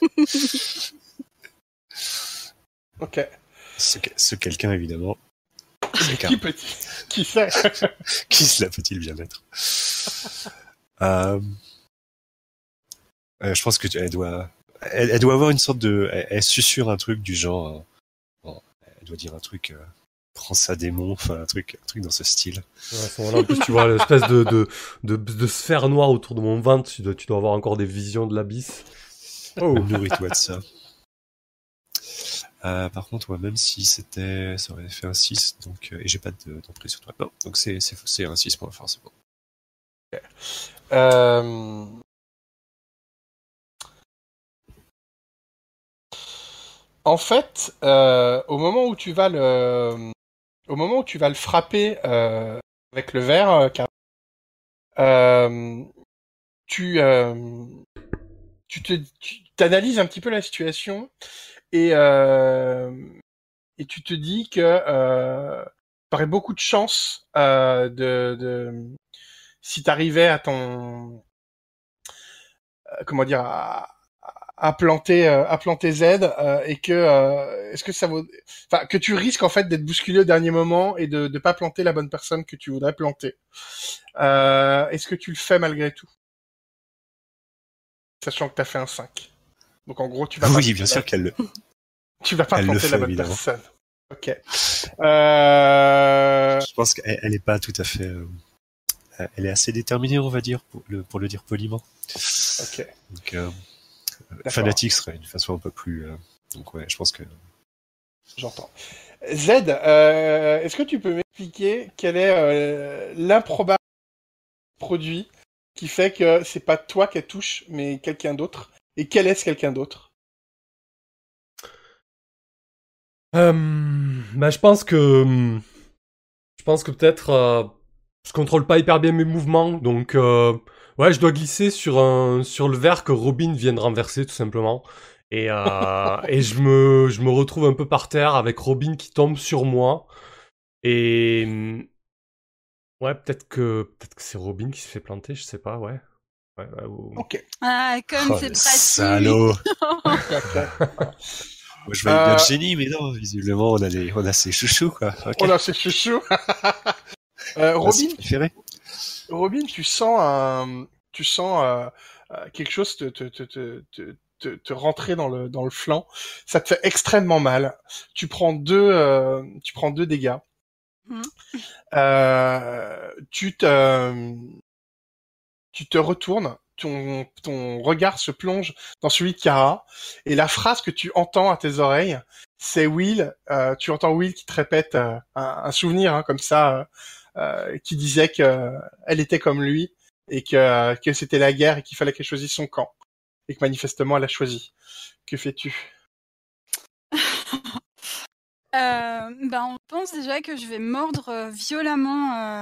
Ok. Ce, ce quelqu'un, évidemment, c'est Qui peut, qui sait? qui cela peut-il bien être? euh, euh, je pense que tu- elle doit, elle, elle doit avoir une sorte de, elle, elle susurre un truc du genre, euh, bon, elle doit dire un truc, euh, prends ça démon, enfin un truc, un truc dans ce style. Ouais, à ce moment-là, en plus, tu vois l'espèce de, de, de, de sphère noire autour de mon ventre, tu dois, tu dois avoir encore des visions de l'abysse. Oh, nourris-toi de ça. Euh, par contre, ouais, même si c'était, ça aurait fait un six, donc, euh, et j'ai pas de- d'emprise sur toi. Non, donc c'est, c'est, c'est un six points forcément. Euh... En fait, euh, au moment où tu vas le, au moment où tu vas le frapper euh, avec le verre, euh, car- euh, tu, euh, tu te, tu t'analyses un petit peu la situation et euh, et tu te dis que euh, t'aurais beaucoup de chance euh, de, de si t'arrivais à ton euh, comment dire à, à planter euh, à planter Z euh, et que euh, est-ce que ça vaut enfin que tu risques en fait d'être bousculé au dernier moment et de de pas planter la bonne personne que tu voudrais planter. Euh, est-ce que tu le fais malgré tout, sachant que t'as fait un cinq. Donc en gros tu vas pas Oui, bien sûr qu'elle le, tu vas pas elle le planter la fait, bonne évidemment. personne. Ok. Euh... Je pense qu'elle elle est pas tout à fait, euh, elle est assez déterminée, on va dire, pour le, pour le dire poliment. Ok. Donc, euh, D'accord. fanatique serait une façon un peu plus, euh, donc ouais, je pense que, J'entends. Z, euh, est-ce que tu peux m'expliquer quel est euh, l'improbable produit qui fait que c'est pas toi qui touche, mais quelqu'un d'autre? Et quel est ce quelqu'un d'autre? Euh, bah, je pense que je pense que peut-être euh, je contrôle pas hyper bien mes mouvements, donc euh, ouais, je dois glisser sur un sur le verre que Robin vient de renverser tout simplement. Et, euh, et je me je me retrouve un peu par terre avec Robin qui tombe sur moi. Et ouais, peut-être que peut-être que c'est Robin qui se fait planter, je sais pas, ouais. Ouais, ouais, ou- Ok. Ah, comme oh, c'est le pratique. salaud! Ok. Moi, je voyais bien Euh, le génie, mais non, visiblement, on a les, on a ses chouchous, quoi. Ok. On a ses chouchous. euh, On a ses Robin, préférés. Robin, tu sens un, tu sens euh, euh, quelque chose te, te, te, te, te, te, te rentrer dans le dans le flanc. Ça te fait extrêmement mal. Tu prends deux, euh, tu prends deux dégâts. Mm. Euh, tu te, tu te retournes, ton, ton regard se plonge dans celui de Kara, et la phrase que tu entends à tes oreilles, c'est Will. Euh, tu entends Will qui te répète euh, un, un souvenir hein, comme ça, euh, euh, qui disait que euh, elle était comme lui et que euh, que c'était la guerre et qu'il fallait qu'elle choisisse son camp et que manifestement elle a choisi. Que fais-tu? Euh, ben, on pense déjà que je vais mordre euh, violemment euh,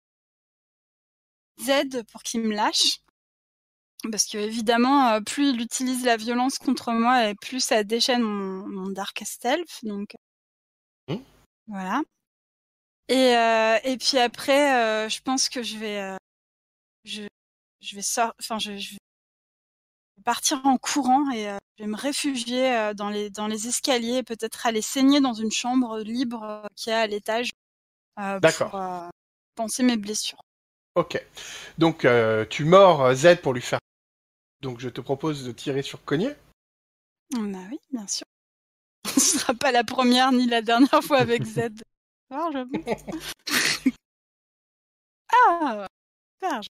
Z pour qu'il me lâche. Parce que évidemment, euh, plus il utilise la violence contre moi et plus ça déchaîne mon, mon Darkest Elf. Donc Hmm. voilà. Et, euh, et puis après, euh, je pense que je vais, euh, je, je vais sor- enfin je, je vais partir en courant et euh, je vais me réfugier euh, dans les dans les escaliers, et peut-être aller saigner dans une chambre libre euh, qu'il y a à l'étage euh, D'accord. pour euh, penser mes blessures. Ok. Donc euh, tu mords euh, Z pour lui faire. Donc je te propose de tirer sur Cogné. Bah oui, bien sûr. Ce sera pas la première ni la dernière fois avec Z. Alors, je pense. Ah, super.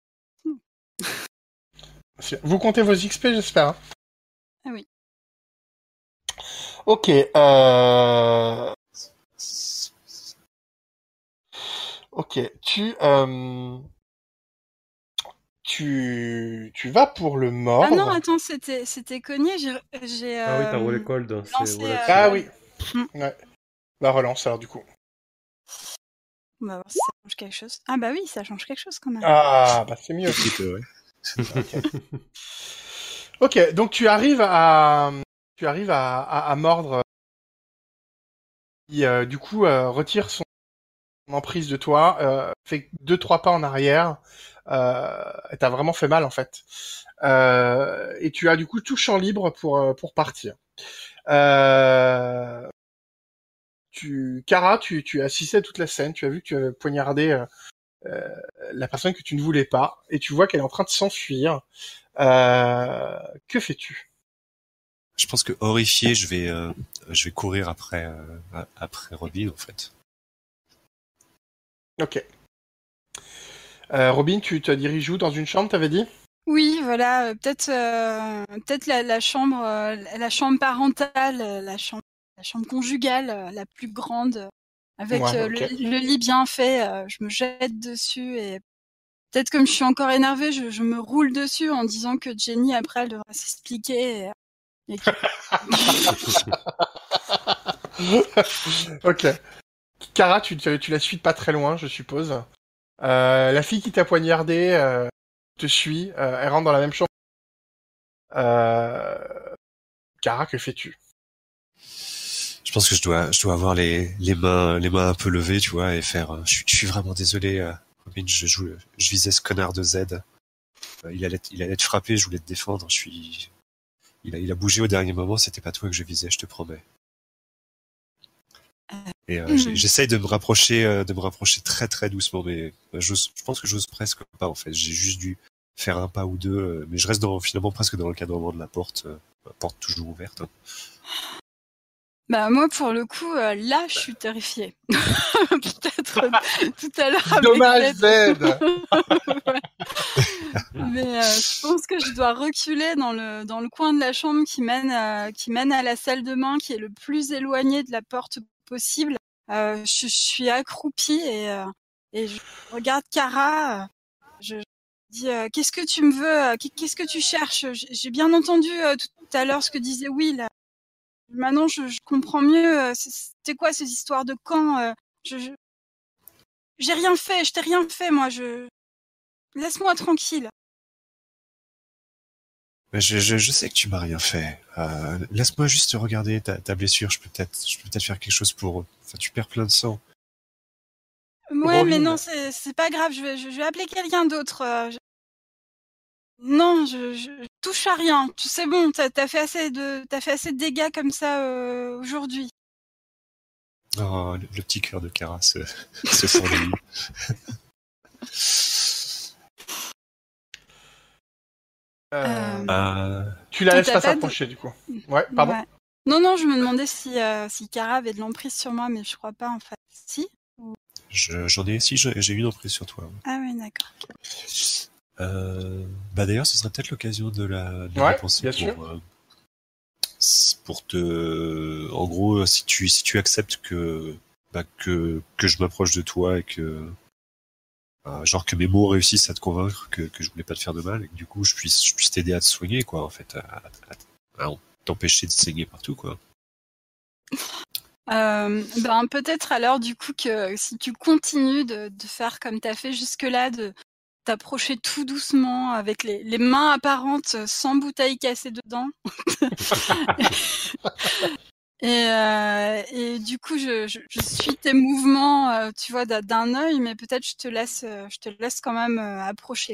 Vous comptez vos X P, j'espère. Hein. Ah oui. Ok. Euh... Ok. Tu euh... tu tu vas pour le Ah mordre. non, attends, c'était c'était cogné. J'ai j'ai Ah oui, t'as euh, roulé cold, c'est lancé. relax. Euh... Ah oui. Mm. Ouais. La relance alors du coup. On va voir si ça change quelque chose. Ah bah oui, ça change quelque chose quand même. Ah bah c'est mieux. Un petit peu, ouais. Ok. Ok. Donc tu arrives à tu arrives à à, à mordre. Qui euh, du coup euh, retire son emprise de toi, euh, fait deux trois pas en arrière. Euh, et t'as vraiment fait mal en fait. Euh, et tu as du coup tout champ libre pour euh, pour partir. Euh, tu, Kara, tu tu as assisté à toute la scène. Tu as vu que tu avais poignardé euh, euh, la personne que tu ne voulais pas, et tu vois qu'elle est en train de s'enfuir. Euh, que fais-tu? Je pense que horrifié, je vais, euh, je vais courir après, euh, après Robin, en fait. Ok. Euh, Robin, tu te diriges où? Dans une chambre, t'avais dit? Oui, voilà, euh, peut-être euh, peut-être la, la chambre euh, la chambre parentale, euh, la chambre la chambre conjugale, euh, la plus grande, avec Ouais, euh, ok. le, le lit bien fait. euh, je me jette dessus et peut-être comme je suis encore énervée, je, je me roule dessus en disant que Jenny après elle devra s'expliquer. Et, et que- Ok. Kara, tu, tu, tu la suis de pas très loin, je suppose. Euh, la fille qui t'a poignardé euh, te suit. Euh, elle rentre dans la même chambre. Euh... Kara, que fais-tu? Je pense que je dois, je dois avoir les, les mains, les mains un peu levées, tu vois, et faire. euh, Je suis, je suis vraiment désolé, euh, Robin, je joue, je visais ce connard de Z. Euh, Il allait, te- il allait te frapper, je voulais te défendre. Je suis, il a, il a bougé au dernier moment. C'était pas toi que je visais, je te promets. Et euh, j'ai- j'essaye de me rapprocher, euh, de me rapprocher très très doucement, mais euh, j'ose- je pense que j'ose presque pas en fait. J'ai juste dû faire un pas ou deux, euh, mais je reste dans, finalement presque dans l'encadrement de la porte, euh, la porte toujours ouverte. Hein. Bah moi pour le coup euh, là je suis terrifiée. Peut-être euh, tout à l'heure avec Dommage, Z. Z. Ouais. Mais euh, je pense que je dois reculer dans le dans le coin de la chambre qui mène à, qui mène à la salle de bain qui est le plus éloigné de la porte possible. Euh, je, je suis accroupie et euh, et je regarde Kara. euh, Je, je dis euh, qu'est-ce que tu me veux euh, Qu'est-ce que tu cherches J'ai j'ai bien entendu euh, tout à l'heure ce que disait Will. Maintenant, je, je comprends mieux. euh, c'est- C'était quoi ces histoires de camp euh, je, je- J'ai rien fait. Je t'ai rien fait, moi. Je laisse-moi tranquille. Mais je, je, je sais que tu m'as rien fait. Euh, laisse-moi juste regarder ta, ta blessure. Je peux peut-être, je peux peut-être faire quelque chose pour. Enfin, tu perds plein de sang. Ouais, mais non, Robin. c'est c'est pas grave. Je vais je, je vais appeler quelqu'un d'autre. euh, je- Non, je, je je touche à rien. Tu sais bon, t'as t'as fait assez de t'as fait assez de dégâts comme ça euh, aujourd'hui. Oh, le, le petit cœur de Kara se, se s'ennuie. Euh... Euh, Tu la Et laisses t'as pas pas de... s'approcher, du coup. Ouais, pardon. Ouais. Non, non, je me demandais si euh, si Kara avait de l'emprise sur moi, mais je crois pas en fait. Si? je, j'en ai, si, j'ai j'ai eu une emprise sur toi. Ah oui, d'accord. Euh, bah d'ailleurs, ce serait peut-être l'occasion de la, de la Ouais, repenser bien pour, sûr. euh, pour te, en gros, si tu, si tu acceptes que, bah, que, que je m'approche de toi et que, euh, genre que mes mots réussissent à te convaincre que, que je voulais pas te faire de mal et que du coup je puisse, je puisse t'aider à te soigner, quoi, en fait, à, à, à t'empêcher de saigner partout, quoi. Euh, ben peut-être alors du coup que si tu continues de, de faire comme t'as fait jusque-là, de t'approcher tout doucement avec les, les mains apparentes sans bouteille cassée dedans. et, euh, et du coup je, je, je suis tes mouvements, euh, tu vois, d'un- d'un œil, mais peut-être je te laisse, euh, je te laisse quand même euh, approcher.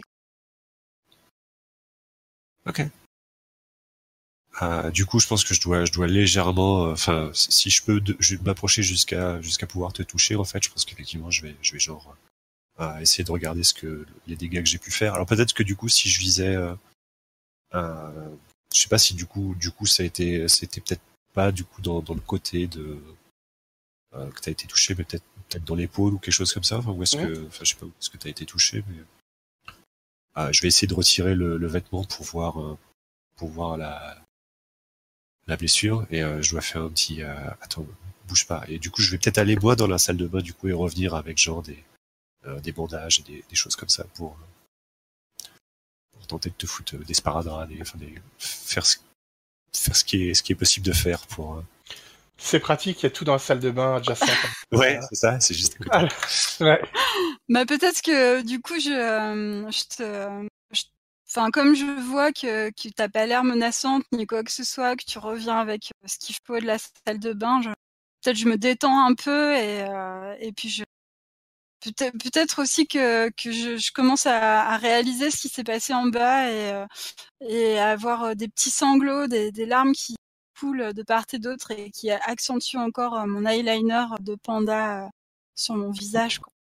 Ok. Euh, du coup, je pense que je dois, je dois légèrement, enfin, si si je peux de- je- m'approcher jusqu'à, jusqu'à pouvoir te toucher, en fait, je pense qu'effectivement, je vais, je vais genre euh, essayer de regarder ce que les dégâts que j'ai pu faire. Alors peut-être que du coup, si je visais, euh, euh, je sais pas si du coup, du coup, ça a été, c'était peut-être pas du coup dans, dans le côté de euh, que t'as été touché, mais peut-être, peut-être dans l'épaule ou quelque chose comme ça. Enfin, où est-ce Mhm. que, enfin, je sais pas où est-ce que t'as été touché, mais euh, je vais essayer de retirer le, le vêtement pour voir, euh, pour voir la la blessure et euh, je dois faire un petit euh, attends, bouge pas, et du coup je vais peut-être aller moi dans la salle de bain du coup et revenir avec genre des euh, des bandages et des, des choses comme ça pour, pour tenter de te foutre des sparadraps, des, enfin des, faire ce, faire ce qui est ce qui est possible de faire pour euh... C'est pratique, il y a tout dans la salle de bain adjacente. ouais, c'est ça, c'est juste à côté. Ah, ouais. Bah peut-être que du coup je, euh, je te, je- enfin comme je vois que que t'as pas l'air menaçante ni quoi que ce soit, que tu reviens avec euh, ce qu'il faut de la salle de bain, je, peut-être je me détends un peu et euh, et puis je peut-être peut-être aussi que que je, je commence à, à réaliser ce qui s'est passé en bas et euh, et à avoir euh, des petits sanglots, des des larmes qui coulent de part et d'autre et qui accentuent encore euh, mon eyeliner de panda euh, sur mon visage, quoi.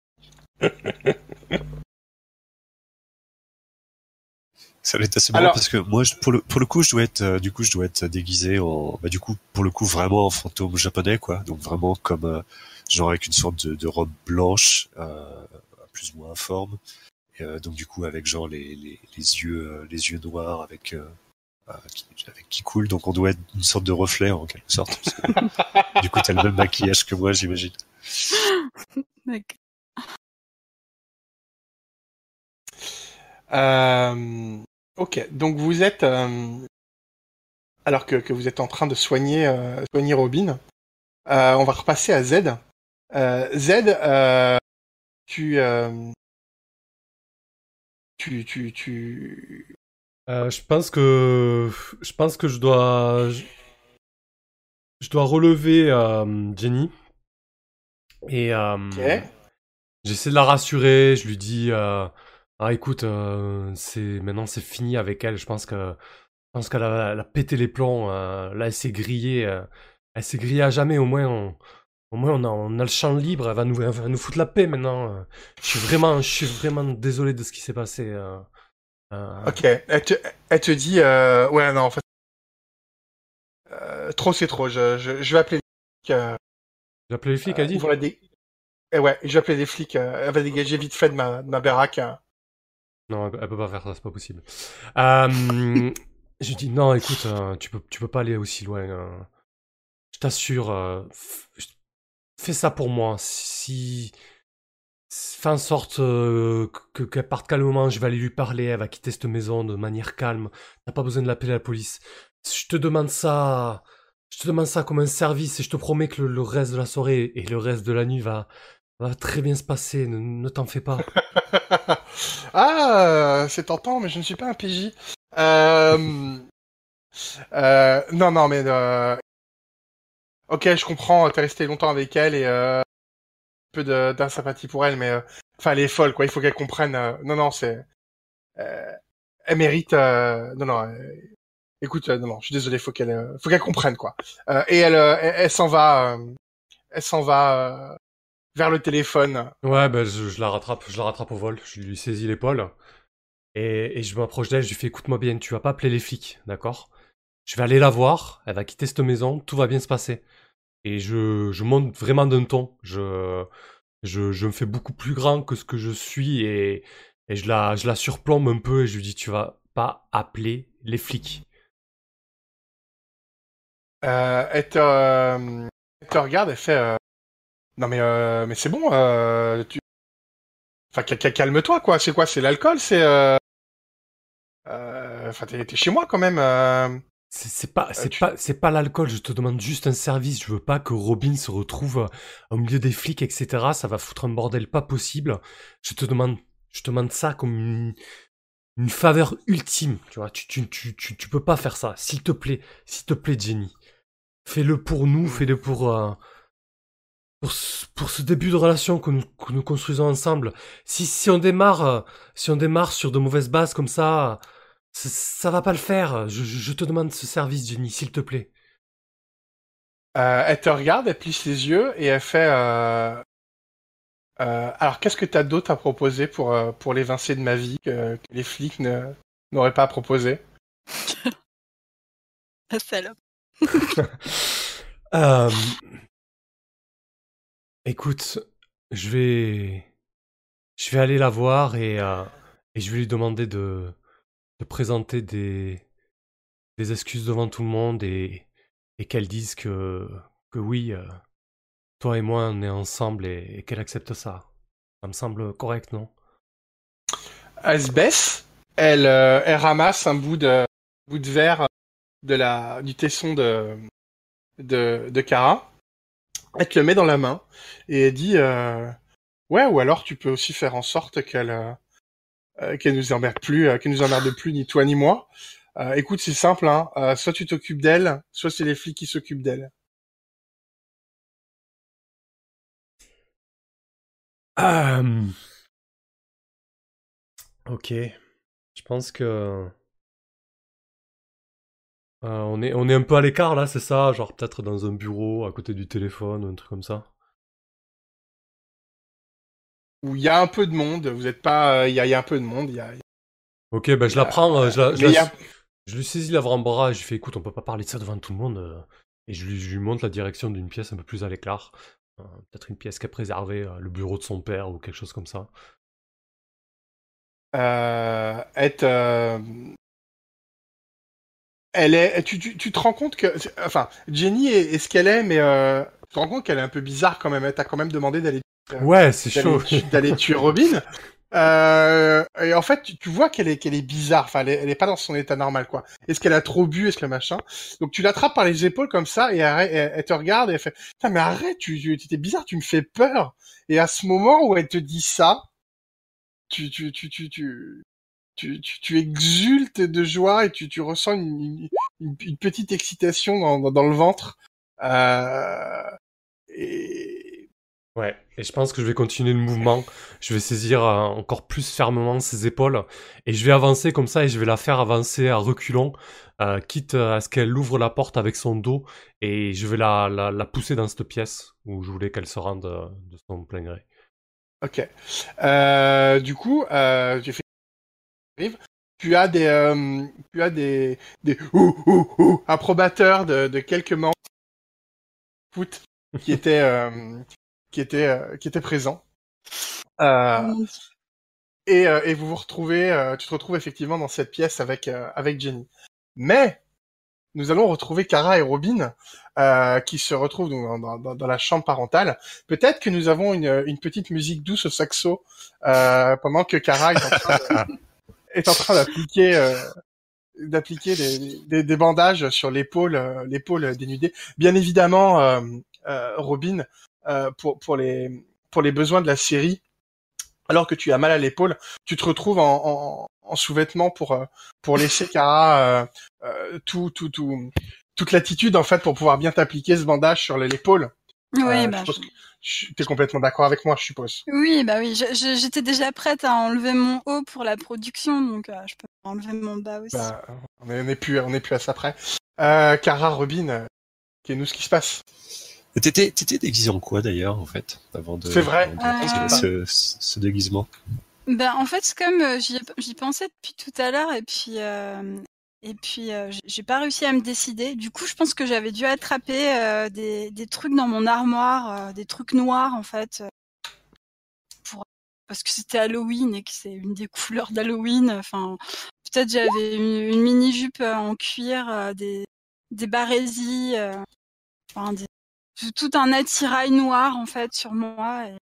Ça va être assez marrant Alors, parce que moi, je- pour le pour le coup, je dois être euh, du coup, je dois être déguisé en, bah du coup, pour le coup, vraiment en fantôme japonais, quoi. Donc vraiment comme euh, genre avec une sorte de, de robe blanche, euh, plus ou moins informe. Et, euh, donc du coup avec genre les les, les yeux euh, les yeux noirs avec euh, euh, qui, qui coule, donc on doit être une sorte de reflet en quelque sorte. Parce que, du coup, t'as le même maquillage que moi, j'imagine. D'accord. Euh, ok, donc vous êtes, euh, alors que, que vous êtes en train de soigner, euh, soigner Robin, euh, on va repasser à Z. Euh, Z, euh, tu, euh, tu, tu, tu, Euh, je pense que je pense que je dois je, je dois relever euh, Jenny et euh, ok. j'essaie de la rassurer. Je lui dis euh, ah écoute euh, c'est maintenant c'est fini avec elle. Je pense que je pense qu'elle a, elle a pété les plombs. euh, là elle s'est grillée. euh, elle s'est grillée à jamais. Au moins on au moins on a on a le champ libre. Elle va nous elle va nous foutre la paix maintenant. euh. Je suis vraiment je suis vraiment désolé de ce qui s'est passé. euh, euh. Ok, elle te, elle te dit, euh, ouais, non, en fait, euh, trop c'est trop, je, je, je vais appeler les flics, euh, J'ai appelé les flics. Elle euh, ils dit. vont la dé... eh ouais, je vais appeler les flics, euh, elle va dégager vite fait de ma, de ma baraque. euh. Non, elle, elle peut pas faire ça, c'est pas possible. Euh, je lui dis non, écoute, euh, tu peux, tu peux pas aller aussi loin. euh. Je t'assure, euh, f- fais ça pour moi. Si, fais en sorte euh, que qu'elle parte calmement. Je vais aller lui parler. Elle va quitter cette maison de manière calme. T'as pas besoin de l'appeler la police. Je te demande ça. Je te demande ça comme un service et je te promets que le, le reste de la soirée et le reste de la nuit va, va très bien se passer. Ne, ne t'en fais pas. Ah, euh, c'est tentant, mais je ne suis pas un P J. Euh, euh, non, non, mais euh, ok, je comprends. T'es resté longtemps avec elle et euh, un peu de d'insympathie pour elle, mais euh, enfin, elle est folle, quoi. Il faut qu'elle comprenne. euh, non, non, c'est, euh, elle mérite. euh, non, non. euh, écoute, euh, non, non, je suis désolé. Faut qu'elle, euh, faut qu'elle comprenne, quoi. Euh, et elle, euh, elle, elle s'en va, euh, elle s'en va euh, vers le téléphone. Ouais, ben je, je la rattrape, je la rattrape au vol. Je lui saisis l'épaule. Et, et je m'approche d'elle, je lui fais écoute-moi bien, tu vas pas appeler les flics, d'accord? Je vais aller la voir, elle va quitter cette maison, tout va bien se passer. Et je, je monte vraiment d'un ton. Je, je, je me fais beaucoup plus grand que ce que je suis et, et je, la, je la surplombe un peu et je lui dis tu vas pas appeler les flics. Euh, elle te, euh, elle te regarde, elle fait. euh, non, mais euh, mais c'est bon. Euh, tu... Enfin, ca- ca- calme-toi, quoi. C'est quoi? C'est l'alcool? C'est. euh, euh, Enfin, t'es t'es chez moi quand même. euh, C'est c'est pas, euh, c'est tu... pas, c'est pas l'alcool, je te demande juste un service. Je veux pas que Robin se retrouve euh, au milieu des flics, et cetera. Ça va foutre un bordel pas possible. Je te demande, je te demande ça comme une, une faveur ultime, tu vois. Tu, tu, tu, tu, tu peux pas faire ça. S'il te plaît, s'il te plaît, Jenny. Fais-le pour nous, Hmm. fais-le pour, euh, pour, ce, pour ce début de relation que nous, que nous construisons ensemble. Si, si on démarre, euh, si on démarre sur de mauvaises bases comme ça, ça, ça va pas le faire. Je, je, je te demande ce service, Jenny, s'il te plaît. Euh, elle te regarde, elle plisse les yeux et elle fait. Euh... euh, alors, qu'est-ce que t'as d'autre à proposer pour euh, pour l'évincer de ma vie que, que les flics ne n'auraient pas à proposer? La salope. Euh, écoute, je vais, je vais aller la voir et, euh, et je vais lui demander de, de présenter des, des excuses devant tout le monde et, et qu'elle dise que, que oui, euh, toi et moi on est ensemble et, et qu'elle accepte ça. Ça me semble correct, non? Elle se baisse, elle euh, elle ramasse un bout de bout de verre de la du tesson de de de Kara. Elle te le met dans la main et elle dit euh, ouais, ou alors tu peux aussi faire en sorte qu'elle euh, euh, qu'elle nous emmerde plus, euh, qu'elle nous emmerde plus ni toi ni moi. Euh, écoute, c'est simple, hein. Euh, soit tu t'occupes d'elle, soit c'est les flics qui s'occupent d'elle. Euh, ok, je pense que euh, on est, on est un peu à l'écart là, c'est ça? Genre peut-être dans un bureau à côté du téléphone, un truc comme ça. Où il y a un peu de monde, vous êtes pas, euh, il y, a, il y a un peu de monde, il y a, Ok, bah il je y la a, prends, euh, je, la, je, mais la il y a, su- je lui saisis l'avant-bras et je lui fais écoute, on peut pas parler de ça devant tout le monde. euh, et je lui, je lui montre la direction d'une pièce un peu plus à l'écart. Euh, peut-être une pièce qui a préservé euh, le bureau de son père ou quelque chose comme ça. euh, être, euh, elle est, tu, tu, tu te rends compte que, enfin, Jenny est, est ce qu'elle est, mais euh, tu te rends compte qu'elle est un peu bizarre quand même. T'as quand même demandé d'aller, euh, Ouais, c'est chaud. d'aller, d'aller tuer Robin. Euh, et en fait, tu, tu vois qu'elle est, qu'elle est bizarre. Enfin, elle est, elle est pas dans son état normal, quoi. Est-ce qu'elle a trop bu, est-ce que machin. Donc tu l'attrapes par les épaules comme ça et elle, elle, elle te regarde et elle fait, putain, mais arrête, tu, tu, t'es bizarre, tu me fais peur. Et à ce moment où elle te dit ça, tu, tu, tu, tu, tu, tu, tu, tu exultes de joie et tu, tu ressens une, une, une petite excitation dans, dans, dans le ventre. Euh, et... Ouais, et je pense que je vais continuer le mouvement. Je vais saisir euh, encore plus fermement ses épaules et je vais avancer comme ça et je vais la faire avancer à reculons, euh, quitte à ce qu'elle ouvre la porte avec son dos et je vais la, la, la pousser dans cette pièce où je voulais qu'elle se rende euh, de son plein gré. Ok. Euh, du coup, euh, j'ai fait tu as des, euh, tu as des, des ouh, ouh, ouh, approbateurs de, de quelques membres foot qui étaient, euh, qui étaient, euh, qui étaient présents. Euh, Oh, et, euh, et vous vous retrouvez, euh, tu te retrouves effectivement dans cette pièce avec, euh, avec Jenny. Mais nous allons retrouver Kara et Robin euh, qui se retrouvent dans, dans, dans, dans la chambre parentale. Peut-être que nous avons une, une petite musique douce au saxo euh, pendant que Kara est en train de, est en train d'appliquer euh, d'appliquer des, des, des bandages sur l'épaule euh, l'épaule dénudée. Bien évidemment, euh, euh, Robin, euh, pour pour les pour les besoins de la série, alors que tu as mal à l'épaule, tu te retrouves en, en, en sous-vêtements pour euh, pour laisser Kara euh, euh, tout tout tout toute l'attitude en fait pour pouvoir bien t'appliquer ce bandage sur l'épaule. Oui, Euh, bah, je pense je- que tu es complètement d'accord avec moi, je suppose. oui, bah oui, je- je- j'étais déjà prête à enlever mon haut pour la production, donc euh, je peux enlever mon bas aussi. Bah, on est, on est plus on est plus à ça près. Euh, Kara, Robin, euh, qu'est-nous ce qui se passe? Et T'étais, t'étais déguisé en quoi d'ailleurs, en fait, avant de, C'est vrai. avant de Euh, ce, ce, ce déguisement? Ben, en fait, c'est comme euh, j'y j'y pensais depuis tout à l'heure et puis euh, et puis euh, j'ai j'ai pas réussi à me décider. Du coup, je pense que j'avais dû attraper euh, des des trucs dans mon armoire, euh, des trucs noirs en fait, euh, pour parce que c'était Halloween et que c'est une des couleurs d'Halloween. Enfin, peut-être j'avais une, une mini jupe en cuir, euh, des des barésies, euh, enfin des, tout un attirail noir en fait sur moi. Et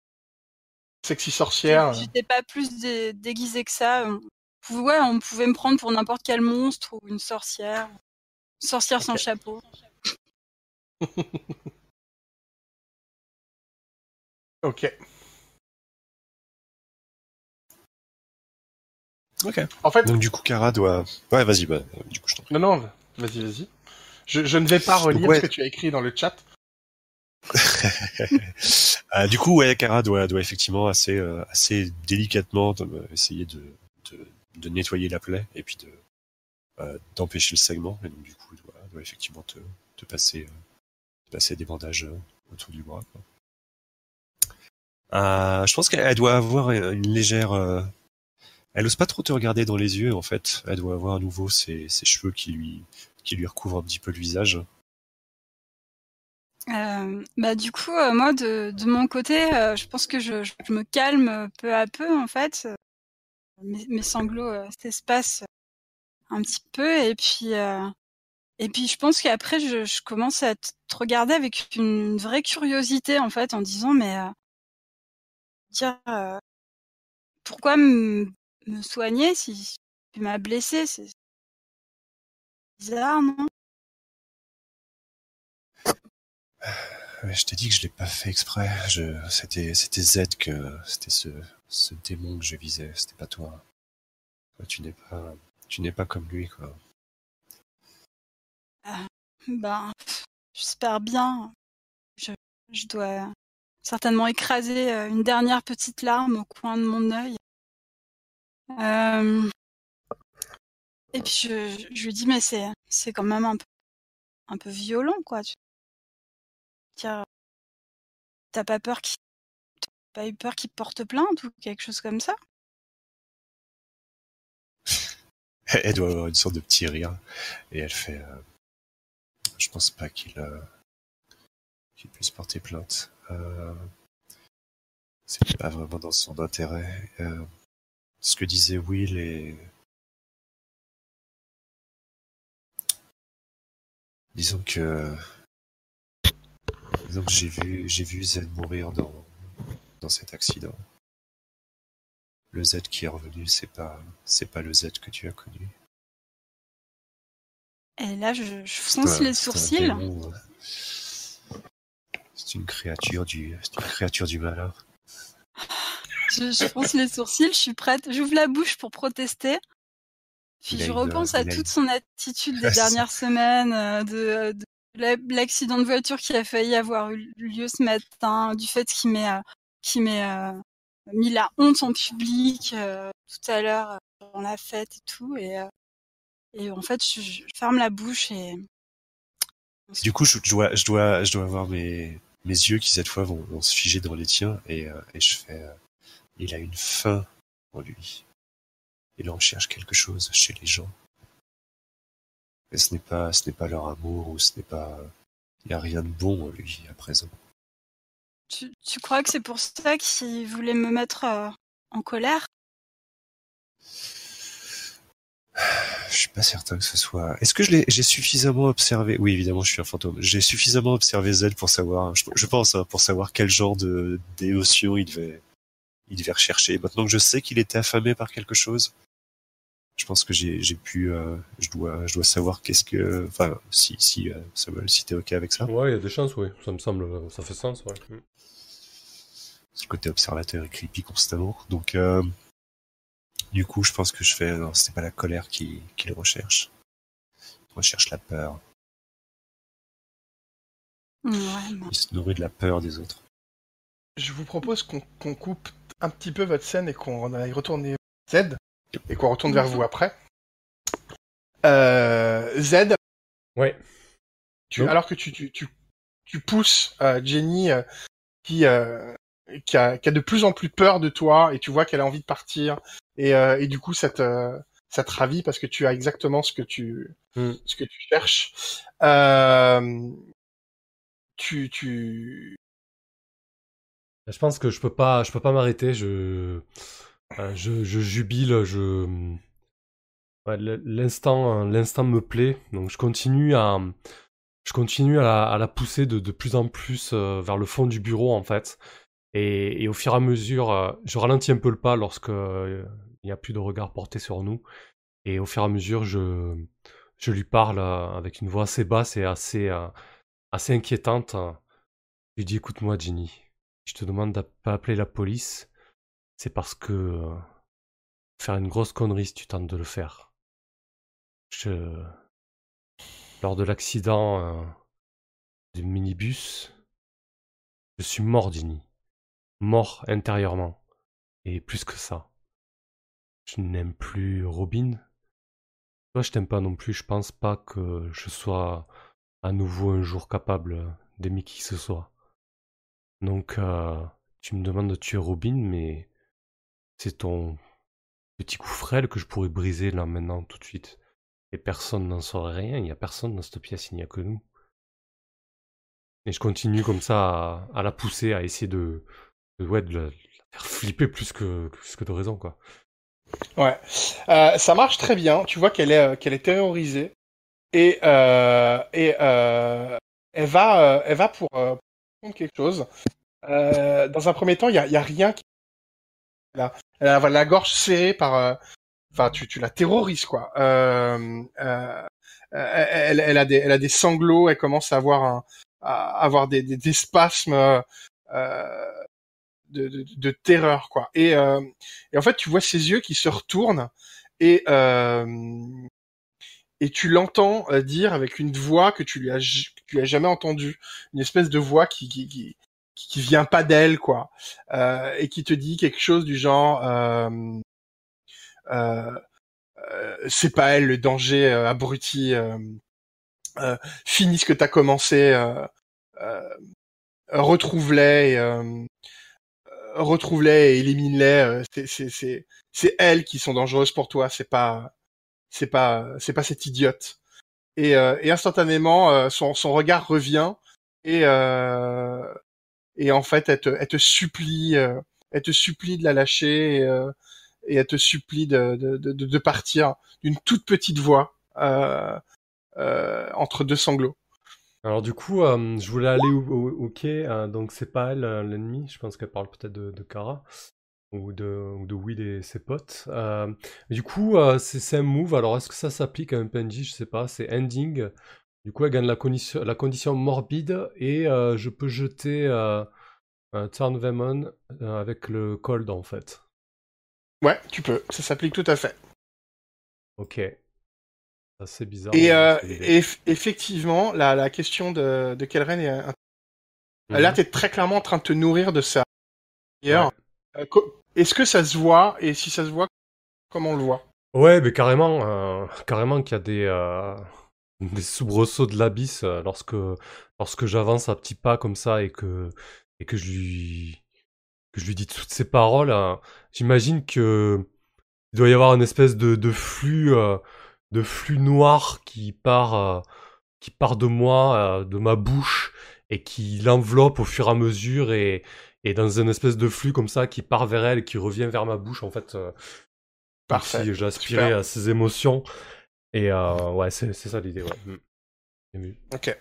Sexy J'étais sorcière. j'étais pas plus dé- déguisée que ça. On pouvait, ouais, on pouvait me prendre pour n'importe quel monstre ou une sorcière. Une sorcière sans Ok. chapeau. Ok. Ok. En fait, Donc du coup, Kara doit... Ouais, vas-y, bah, du coup, je t'en prie. non, non, vas-y, vas-y. Je, je ne vais pas Donc relire ouais, ce que tu as écrit dans le chat. euh, du coup, ouais, Kara doit, doit effectivement assez, euh, assez délicatement euh, essayer de, de, de nettoyer la plaie et puis de, euh, d'empêcher le saignement. Et donc du coup, il doit, doit effectivement te, te passer, euh, te passer des bandages euh, autour du bras, quoi. Euh, je pense qu'elle doit avoir une légère... euh, Elle ose pas trop te regarder dans les yeux, en fait. Elle doit avoir à nouveau ses, ses cheveux qui lui, qui lui recouvrent un petit peu le visage. Euh, bah du coup, euh, moi de, de mon côté, euh, je pense que je, je me calme peu à peu en fait. Mes, mes sanglots euh, s'espacent un petit peu et puis euh, et puis je pense qu'après je, je commence à te te regarder avec une, une vraie curiosité en fait en disant mais euh, dire euh, pourquoi me me soigner si tu m'as blessé, c'est bizarre, non? Ouais, je t'ai dit que je l'ai pas fait exprès. Je, c'était, c'était Z que, c'était ce, ce démon que je visais. C'était pas toi. Toi, tu n'es pas, tu n'es pas comme lui, quoi. Euh, ben, j'espère bien. Je, je dois certainement écraser euh, une dernière petite larme au coin de mon œil. Euh, et puis je, je lui dis mais c'est c'est quand même un peu un peu violent quoi. Tu dire, t'as pas peur qu'il t'as pas eu peur qu'il porte plainte ou quelque chose comme ça? Elle doit avoir une sorte de petit rire. Et elle fait, euh, je pense pas qu'il, euh, qu'il puisse porter plainte. Euh, c'est pas vraiment dans son intérêt. Euh, ce que disait Will est, Disons que, disons que j'ai vu, j'ai vu Z mourir dans, dans cet accident. Le Z qui est revenu, c'est pas, c'est pas le Z que tu as connu. Et là, je, je C'est fronce un- les c'est un sourcils. démon, euh, C'est une créature du, c'est une créature du malheur. Je, je fronce les sourcils, je suis prête. J'ouvre la bouche pour protester. Puis Il a je une- repense à il a toute une- son attitude des Ouais, c'est ça. dernières semaines, euh, de, de la- l'accident de voiture qui a failli avoir eu lieu ce matin, du fait qu'il m'ait, euh, qu'il m'ait euh, mis la honte en public euh, tout à l'heure euh, dans la fête et tout. Et, euh, et en fait, je, je ferme la bouche et Du coup, je, je dois, je dois, je dois avoir mes, mes yeux qui cette fois vont, vont se figer dans les tiens et, euh, et je fais. euh, il a une faim en lui. Il recherche quelque chose chez les gens. Et ce n'est pas, ce n'est pas leur amour ou ce n'est pas. Il n'y a rien de bon en lui à présent. tu, tu crois que c'est pour ça qu'il voulait me mettre euh, en colère? Je suis pas certain que ce soit. Est-ce que je l'ai, j'ai suffisamment observé. Oui, évidemment, je suis un fantôme. J'ai suffisamment observé Z pour savoir. Je, je pense hein, pour savoir quel genre de d'émotion il devait, il devait rechercher. Maintenant que je sais qu'il était affamé par quelque chose, je pense que j'ai, j'ai pu. Euh, je dois, je dois savoir qu'est-ce que. Enfin, si, si, euh, Samuel, si t'es ok avec ça. Ouais, il y a des chances, oui. Ça me semble, ça fait sens, ouais. Mm. Ce côté observateur est creepy constamment. Donc, euh, du coup, je pense que je fais. Non, c'est pas la colère qui, qui le recherche. Il recherche la peur. Ouais, bon. Il se nourrit de la peur des autres. Je vous propose qu'on qu'on coupe un petit peu votre scène et qu'on aille retourner Z et qu'on retourne vers vous après. Euh, Z, Ouais. tu, Donc. alors que tu, tu, tu, tu pousses euh, Jenny euh, qui, euh, qui, a, qui a de plus en plus peur de toi et tu vois qu'elle a envie de partir et, euh, et du coup ça te, ça te ravit parce que tu as exactement ce que tu, Mm. ce que tu cherches. Euh, tu, tu, Je pense que je peux pas, je peux pas m'arrêter. Je, euh, je, je jubile. Je, ouais, l- l'instant, euh, l'instant me plaît. Donc je continue à, je continue à la, à la pousser de, de plus en plus euh, vers le fond du bureau en fait. Et, et au fur et à mesure, euh, je ralentis un peu le pas lorsque euh, il n'y a plus de regard porté sur nous. Et au fur et à mesure, je, je lui parle euh, avec une voix assez basse et assez, euh, assez inquiétante. Je lui dis, écoute-moi, Ginny, je te demande de pas appeler la police. C'est parce que euh, faire une grosse connerie si tu tentes de le faire. Je... Lors de l'accident euh, du minibus, je suis mort, Ginny. Mort intérieurement. Et plus que ça. Je n'aime plus Robin. Toi, je t'aime pas non plus. Je pense pas que je sois à nouveau un jour capable d'aimer qui que ce soit. Donc, euh, tu me demandes de tuer Robin, mais c'est ton petit coup frêle que je pourrais briser là maintenant tout de suite. Et personne n'en saurait rien, il n'y a personne dans cette pièce, il n'y a que nous. Et je continue comme ça à, à la pousser, à essayer de, de, ouais, de la, de la faire flipper plus que, plus que de raison, quoi. ouais, euh, ça marche très bien. Tu vois qu'elle est, euh, qu'elle est terrorisée et euh, et euh, elle va, euh, elle va pour euh, prendre quelque chose. Euh, dans un premier temps, il y a, il y a rien qui là. Elle a la gorge serrée par. euh, Enfin, tu, tu la terrorises quoi. Euh, euh, elle, elle a des, elle a des sanglots. Elle commence à avoir un, à avoir des, des, des spasmes euh, de, de, de terreur quoi. Et, euh, et en fait, tu vois ses yeux qui se retournent et euh, et tu l'entends euh, dire avec une voix que tu lui as, j- que tu lui as jamais entendue, une espèce de voix qui qui qui, qui vient pas d'elle quoi, euh, et qui te dit quelque chose du genre euh, euh, euh, c'est pas elle le danger euh, abruti, euh, euh, finis ce que t'as commencé, euh, euh, retrouve-les, et, euh, retrouve-les et élimine-les. euh, c'est c'est c'est c'est elles qui sont dangereuses pour toi, c'est pas c'est pas c'est pas cette idiote. Et, euh, et instantanément, euh, son, son regard revient et, euh, et en fait, elle te, elle te supplie, euh, elle te supplie de la lâcher et, euh, et elle te supplie de, de, de, de partir d'une toute petite voix euh, euh, entre deux sanglots. Alors du coup, euh, je voulais aller au, au- au quai, euh, donc c'est pas elle euh, l'ennemi, je pense qu'elle parle peut-être de, de Kara, ou de, ou de Will et ses potes. Euh, du coup, euh, c'est c'est un move, alors est-ce que ça s'applique à un P N J? Je sais pas, c'est ending. Du coup, elle gagne la, condition, la condition morbide, et euh, je peux jeter euh, un Turn Them On euh, avec le cold en fait. Ouais, tu peux. Ça s'applique tout à fait. Ok, c'est bizarre, mais Et, bon, euh, c'est l'idée. et eff- effectivement, la, la question de, de Kelren est... un- Là, Mhm. t'es très clairement en train de te nourrir de ça. Ouais. D'ailleurs, euh, co- est-ce que ça se voit? Et si ça se voit, comment on le voit? Ouais, mais carrément, euh, carrément qu'il y a des, euh, des soubresauts de l'abysse euh, lorsque, lorsque j'avance à petits pas comme ça et que, et que je lui, que je lui dis toutes ces paroles. euh, J'imagine que il doit y avoir une espèce de, de flux, euh, de flux noir qui part, euh, qui part de moi, euh, de ma bouche et qui l'enveloppe au fur et à mesure et, et dans une espèce de flux comme ça qui part vers elle et qui revient vers ma bouche en fait. euh, comme Parfait. si j'aspirais Super. à ses émotions. Et euh, ouais, c'est c'est ça l'idée, ouais. Mm. Bien vu. Ok.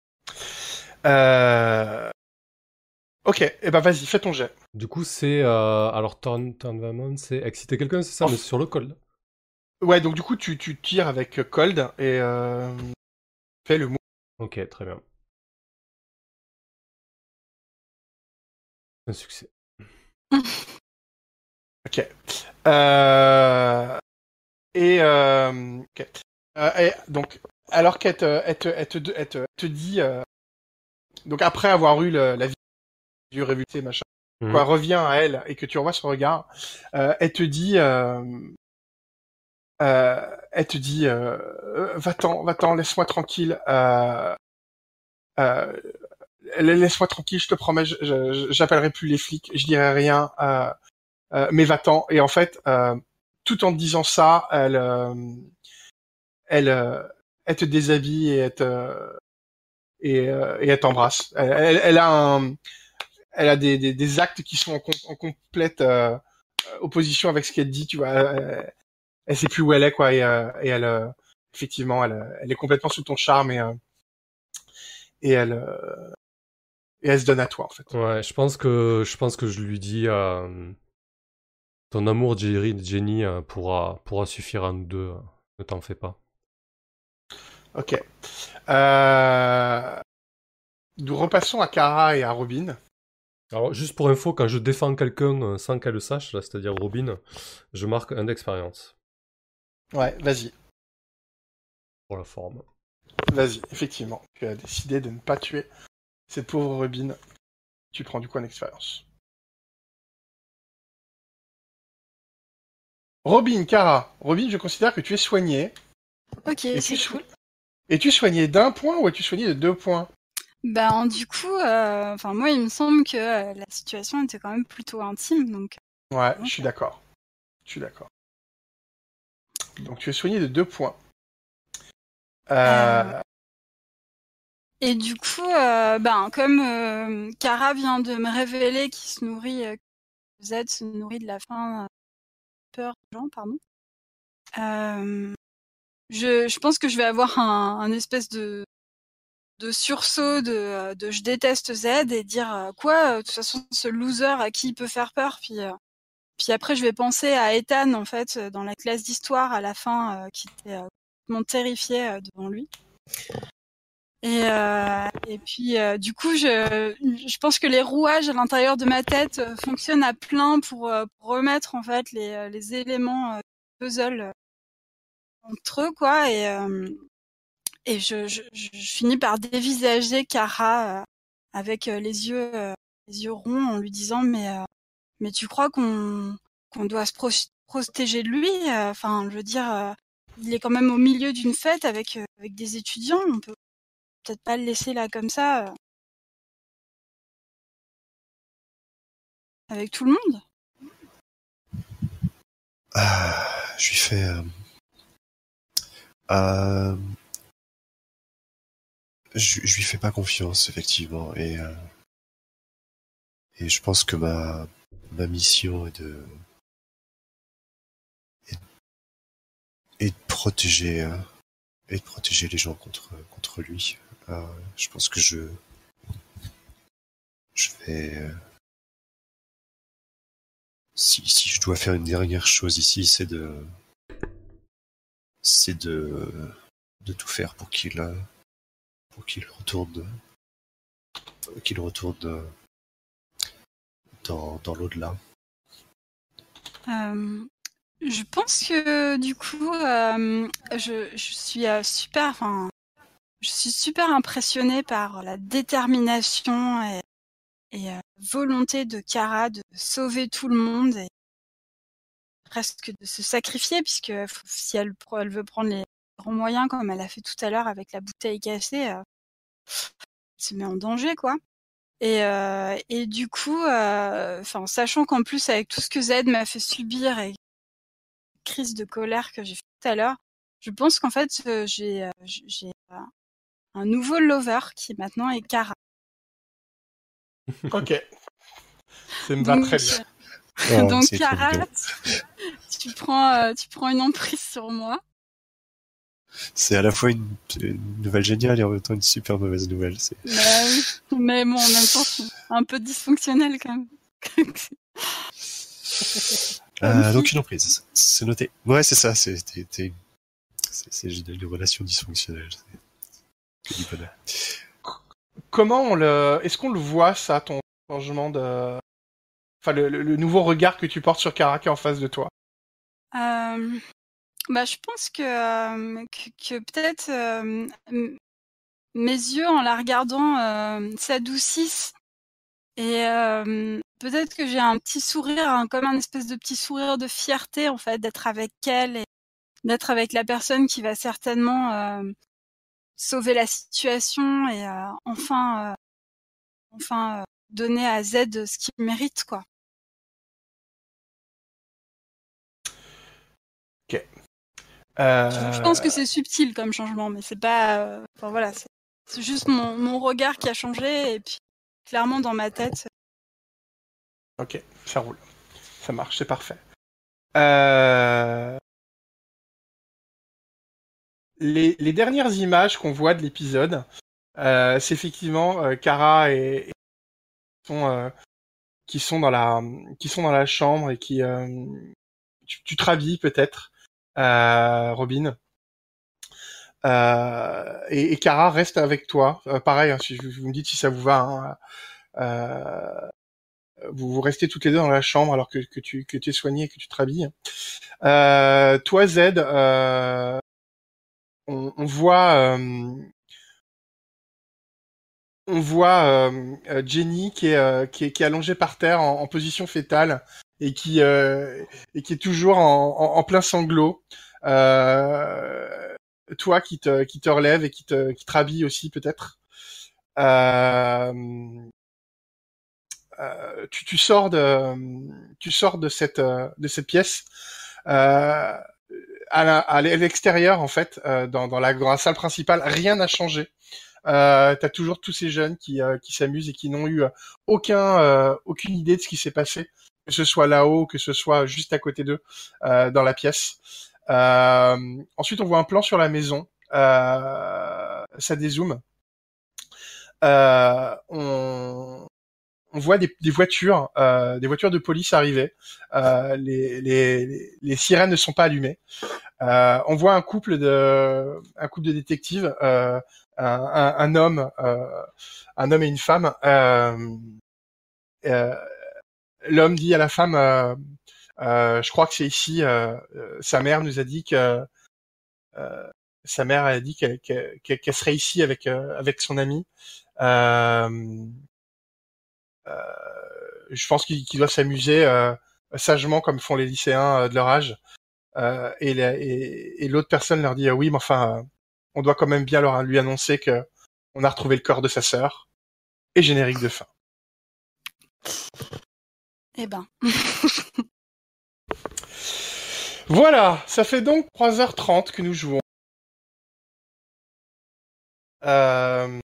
Euh... Ok. Eh ben, vas-y, fais ton jet. Du coup, c'est. Euh, alors, Turn, turn them on, c'est exciter quelqu'un, c'est ça, mais Enf- c'est sur le col. Ouais, donc du coup, tu, tu tires avec Cold et euh, fais le move. Ok, très bien. Un succès. Ok. Euh... Et, euh... ok. Euh, et donc, alors qu'elle te, elle te, elle te, elle te, elle te dit, euh, donc après avoir eu le- la vie du révulsé, machin, quoi, Mhm. revient à elle et que tu revois son regard, euh, elle te dit, euh, euh, elle te dit, euh, euh, va-t'en, va-t'en, laisse-moi tranquille, euh, euh, laisse-moi tranquille, je te promets, je- je- j'appellerai plus les flics, je dirai rien, euh, euh, mais va-t'en. Et en fait, euh, tout en te disant ça, elle, euh, elle, euh, elle te déshabille et elle te, et, euh, et elle t'embrasse. Elle, elle, elle a un, elle a des, des, des actes qui sont en, com- en complète euh, opposition avec ce qu'elle dit, tu vois. Elle, elle sait plus où elle est, quoi, et, euh, et elle, euh, effectivement, elle, euh, elle est complètement sous ton charme et, euh, et elle, euh, et elle se donne à toi, en fait. Ouais, je pense que je pense que je lui dis euh, ton amour, Jerry, Jenny, euh, pourra, pourra suffire à nous deux. euh, ne t'en fais pas. Ok. Euh... Nous repassons à Kara et à Robin. Alors, juste pour info, quand je défends quelqu'un euh, sans qu'elle le sache, là, c'est-à-dire Robin, je marque un d'expérience Ouais, vas-y, pour la forme. vas-y, effectivement. Tu as décidé de ne pas tuer cette pauvre Robin. Tu prends du coup une expérience. Robin, Kara. Robin, je considère que tu es soigné. Ok, Et c'est tu, so- cool. es-tu soigné d'un point ou es-tu soigné de deux points? Ben, du coup, euh, enfin moi, il me semble que euh, la situation était quand même plutôt intime, donc. Ouais, euh, je suis ok. d'accord. Je suis d'accord. Donc tu es soigné de deux points. Euh, Euh... et du coup, euh, ben comme euh, Kara vient de me révéler qu'il se nourrit, euh, que Z se nourrit de la faim, euh, peur des gens, pardon. Euh, je, je pense que je vais avoir un, un espèce de de sursaut de, euh, de je déteste Z et dire euh, quoi, euh, de toute façon ce loser à qui il peut faire peur, puis euh, puis après je vais penser à Ethan en fait euh, dans la classe d'histoire à la fin euh, qui était euh, complètement terrifié euh, devant lui. Et, euh, et puis euh, du coup je, je pense que les rouages à l'intérieur de ma tête euh, fonctionnent à plein pour, euh, pour remettre en fait les, euh, les éléments euh, du puzzle euh, entre eux quoi et euh, et je, je, je finis par dévisager Kara euh, avec euh, les yeux euh, les yeux ronds en lui disant mais euh, mais tu crois qu'on qu'on doit se pro- protéger de lui euh, enfin je veux dire euh, il est quand même au milieu d'une fête avec euh, avec des étudiants, on peut peut-être pas le laisser là comme ça euh, avec tout le monde. Ah, je lui fais. Euh, euh, je, je lui fais pas confiance, effectivement, et euh, et je pense que ma ma mission est de est, est de protéger euh, et de protéger les gens contre contre lui. Euh, je pense que je, je vais, euh, si, si je dois faire une dernière chose ici, c'est de, c'est de, de tout faire pour qu'il, euh, pour qu'il retourne, qu'il retourne euh, dans, dans l'au-delà. Euh, je pense que du coup, euh, je, je suis euh, super, enfin, je suis super impressionnée par la détermination et, et euh, volonté de Kara de sauver tout le monde et presque de se sacrifier, puisque faut- si elle, pro- elle veut prendre les grands moyens comme elle a fait tout à l'heure avec la bouteille cassée, euh, elle se met en danger, quoi. Et, euh, et du coup, euh, enfin, sachant qu'en plus avec tout ce que Z m'a fait subir et crise de colère que j'ai fait tout à l'heure, je pense qu'en fait euh, j'ai euh, j'ai euh, un nouveau lover qui maintenant est Kara. Ok, ça me va Donc très bien. Oh, donc c'est trop Kara, mignon. tu, tu prends euh, tu prends une emprise sur moi. C'est à la fois une, une nouvelle géniale et en même temps une super mauvaise nouvelle. C'est... Bah oui, mais bon, en même temps, c'est un peu dysfonctionnel quand même. Euh, donc une emprise, c'est noté. Ouais, c'est ça, c'est, t'es, t'es, c'est, c'est génial, une relation dysfonctionnelle. C'est que du bonheur. Comment on le, est-ce qu'on le voit ça, ton changement de, enfin le, le, le nouveau regard que tu portes sur Kara qui est en face de toi? Euh, bah, je pense que, euh, que, que peut-être euh, m- mes yeux, en la regardant, euh, s'adoucissent et euh, peut-être que j'ai un petit sourire, hein, comme un espèce de petit sourire de fierté en fait, d'être avec elle et d'être avec la personne qui va certainement euh, sauver la situation et euh, enfin, euh, enfin euh, donner à Z ce qu'il mérite, quoi. Ok. Je, je pense que Euh... c'est subtil comme changement, mais c'est pas. euh, Enfin voilà, c'est c'est juste mon, mon regard qui a changé et puis clairement dans ma tête. Ok, ça roule, ça marche, c'est parfait. Euh... Les, les dernières images qu'on voit de l'épisode, euh, c'est effectivement euh, Kara et, et sont, euh, qui sont dans la qui sont dans la chambre et qui euh, tu, tu te rhabilles peut-être, euh, Robin. Euh, et, et Kara reste avec toi. Euh, pareil, hein, si vous, vous me dites si ça vous va. Hein, euh, vous, vous restez toutes les deux dans la chambre alors que, que tu que tu es soigné et que tu te rhabilles. Euh, toi, Z, euh, on, on voit euh, on voit euh, euh, Jenny qui est, euh, qui est qui est allongée par terre en, en position fétale et qui euh, et qui est toujours en, en, en plein sanglot. Euh, toi qui te qui te relève et qui te qui te rhabille aussi peut-être. Euh, euh, tu, tu sors de tu sors de cette euh, de cette pièce. Euh, à, la, à l'extérieur en fait, euh, dans, dans, la, dans la salle principale, rien n'a changé. Euh, t'as toujours tous ces jeunes qui, euh, qui s'amusent et qui n'ont eu euh, aucun, euh, aucune idée de ce qui s'est passé, que ce soit là-haut, que ce soit juste à côté d'eux, euh, dans la pièce. Euh, ensuite, on voit un plan sur la maison. Euh, ça dézoome. Euh, on, on voit des, des voitures, euh, des voitures de police arriver. Euh, les, les, les sirènes ne sont pas allumées. Euh, on voit un couple de, un couple de détectives, euh, un, un, un homme, euh, un homme et une femme. Euh, euh, l'homme dit à la femme, euh, euh, je crois que c'est ici. Euh, euh, sa mère nous a dit que euh, sa mère a dit qu'elle, qu'elle, qu'elle serait ici avec euh, avec son ami. Euh, euh, je pense qu'ils, qu'ils doivent s'amuser euh, sagement comme font les lycéens euh, de leur âge. Euh, et, la, et, et l'autre personne leur dit euh, oui, mais enfin, euh, on doit quand même bien leur lui annoncer que on a retrouvé le corps de sa sœur. Et générique de fin. Eh ben. Voilà, ça fait donc trois heures trente que nous jouons. Euh,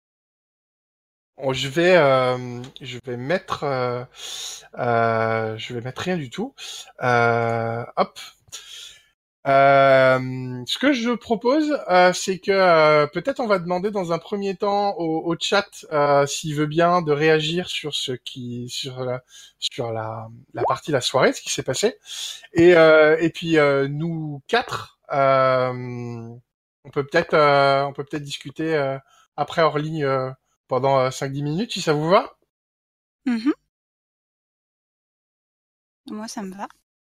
je vais, euh, je vais mettre, euh, euh, je vais mettre rien du tout. Euh, hop. Euh, ce que je propose, euh, c'est que euh, peut-être on va demander dans un premier temps au, au chat euh, s'il veut bien de réagir sur ce qui, sur la, sur la, la partie de la soirée, ce qui s'est passé, et euh, et puis euh, nous quatre, euh, on peut peut-être, euh, on peut peut-être discuter euh, après hors ligne euh, pendant euh, cinq dix minutes, si ça vous va. Mhm. Moi, ça me va.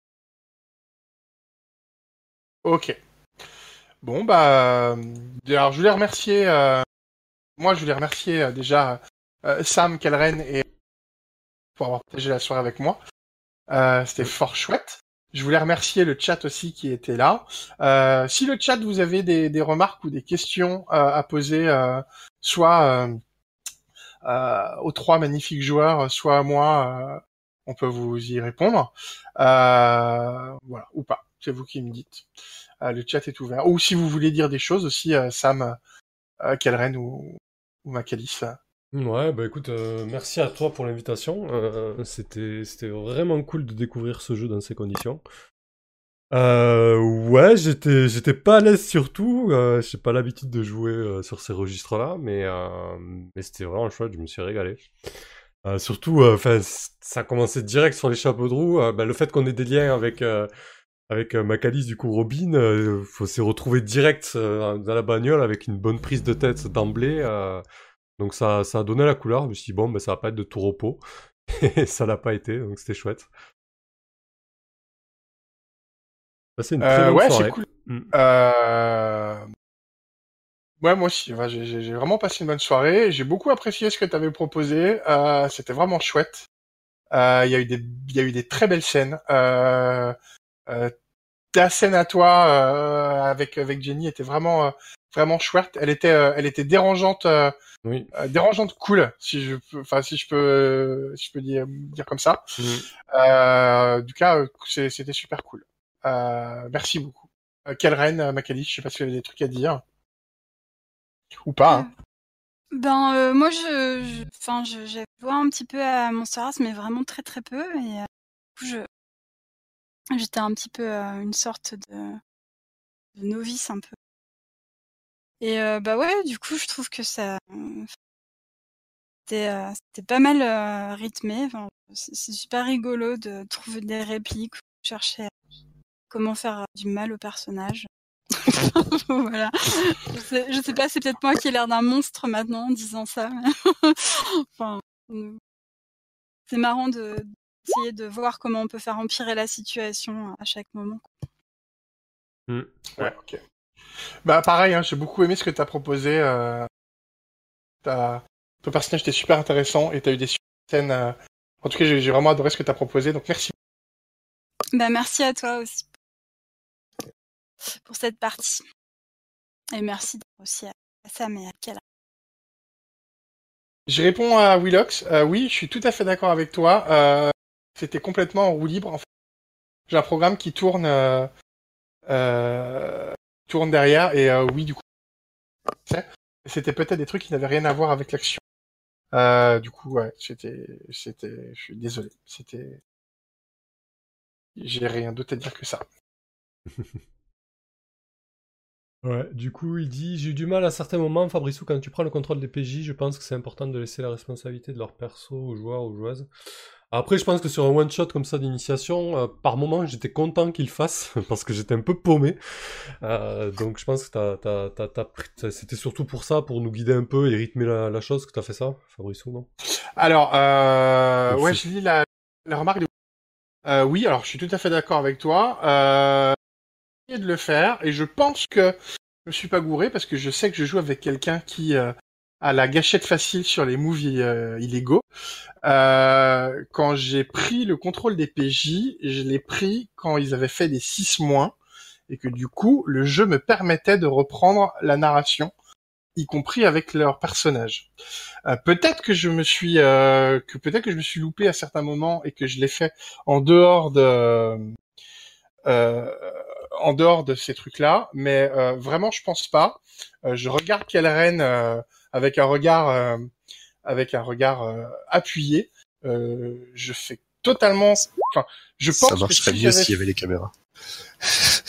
Ok. Bon bah, euh, alors je voulais remercier, euh, moi je voulais remercier euh, déjà euh, Sam, Kelren et pour avoir partagé la soirée avec moi. Euh, c'était fort chouette. Je voulais remercier le chat aussi qui était là. Euh, si le chat vous avez des, des remarques ou des questions euh, à poser, euh, soit euh, euh, aux trois magnifiques joueurs, soit à moi, euh, on peut vous y répondre. Euh, voilà, ou pas. C'est vous qui me dites. Euh, le chat est ouvert. Ou si vous voulez dire des choses aussi, euh, Sam, euh, Kelren ou, ou Macalis. Ouais, bah écoute, euh, merci à toi pour l'invitation. Euh, c'était, c'était vraiment cool de découvrir ce jeu dans ces conditions. Euh, ouais, j'étais, j'étais pas à l'aise surtout. Euh, j'ai pas l'habitude de jouer euh, sur ces registres-là, mais, euh, mais c'était vraiment chouette. Je me suis régalé. Euh, surtout, enfin, ça a commencé direct sur les chapeaux de roue. Euh, bah, le fait qu'on ait des liens avec euh, avec euh, Macalis, du coup Robin, euh, faut s'y retrouver direct euh, dans la bagnole avec une bonne prise de tête d'emblée. Euh, donc ça, ça a donné la couleur. Je me suis dit bon, bah, ça va pas être de tout repos. Et ça l'a pas été, donc c'était chouette. Passé une très Euh, bonne ouais, c'est soirée. cool. Mm. Euh... Ouais, moi aussi. Ouais, j'ai, j'ai vraiment passé une bonne soirée. J'ai beaucoup apprécié ce que tu avais proposé. Euh, c'était vraiment chouette. Euh, Il y a eu des, il y a eu des très belles scènes. Euh, euh, ta scène à toi euh, avec avec Jenny était vraiment euh, vraiment chouette. Elle était euh, elle était dérangeante, euh, Oui. euh, dérangeante cool, si je peux, enfin si je peux, euh, si je peux dire dire comme ça. Mm. Euh, du cas, euh, c'est- c'était super cool. Euh, merci beaucoup. Euh, Kelren, euh, Macalis, je sais pas si vous avez des trucs à dire ou pas. Hein. Ben euh, moi je, enfin je, je, j'ai joué un petit peu à Monster Hearts, mais vraiment très très peu, et euh, du coup je, j'étais un petit peu euh, une sorte de, de novice un peu. Et euh, bah ouais, du coup je trouve que ça, c'était, euh, c'était pas mal euh, rythmé. Enfin, c'est, c'est super rigolo de trouver des répliques, chercher comment faire du mal au personnage. Voilà. Je sais, je sais pas, c'est peut-être moi qui ai l'air d'un monstre maintenant en disant ça. Mais enfin, c'est marrant de d'essayer de voir comment on peut faire empirer la situation à chaque moment. Mm. Ouais, ok. Bah pareil, hein, j'ai beaucoup aimé ce que t'as proposé. Euh, t'as... Ton personnage était super intéressant et t'as eu des super scènes. Euh... En tout cas, j'ai, j'ai vraiment adoré ce que t'as proposé, donc merci. Bah merci à toi aussi pour cette partie. Et merci aussi à Sam et à Kala. Je réponds à Willox. Euh, oui, je suis tout à fait d'accord avec toi. Euh, c'était complètement en roue libre. En fait. J'ai un programme qui tourne, euh, euh, tourne derrière et euh, oui, du coup, c'était peut-être des trucs qui n'avaient rien à voir avec l'action. Euh, du coup, ouais, c'était, c'était, je suis désolé. C'était, j'ai rien d'autre à dire que ça. Ouais, du coup, il dit j'ai eu du mal à certains moments, Fabrice, quand tu prends le contrôle des P J, je pense que c'est important de laisser la responsabilité de leur perso aux joueurs, aux joueuses. Après, je pense que sur un one-shot comme ça d'initiation, euh, par moment, j'étais content qu'il fasse, parce que j'étais un peu paumé. Euh, donc je pense que t'as, t'as, t'as, t'as pris- t'as- c'était surtout pour ça, pour nous guider un peu et rythmer la, la chose que t'as fait ça, Fabrice, ou non? Alors, euh, ouais, Ouf. je lis la, la remarque. De... Euh, oui, alors je suis tout à fait d'accord avec toi. Euh, de le faire et je pense que je me suis pas gouré parce que je sais que je joue avec quelqu'un qui euh, a la gâchette facile sur les moves euh, illégaux. Euh, quand j'ai pris le contrôle des P J, je l'ai pris quand ils avaient fait des six moins et que du coup le jeu me permettait de reprendre la narration, y compris avec leurs personnages. Euh, peut-être que je me suis euh, que peut-être que je me suis loupé à certains moments et que je l'ai fait en dehors de euh, en dehors de ces trucs-là, mais euh, vraiment je pense pas. Euh, je regarde Kelren euh, avec un regard euh, avec un regard euh, appuyé. Euh, je fais totalement. Enfin, je Ça pense que marcherait si mieux j'avais s'il y avait les caméras.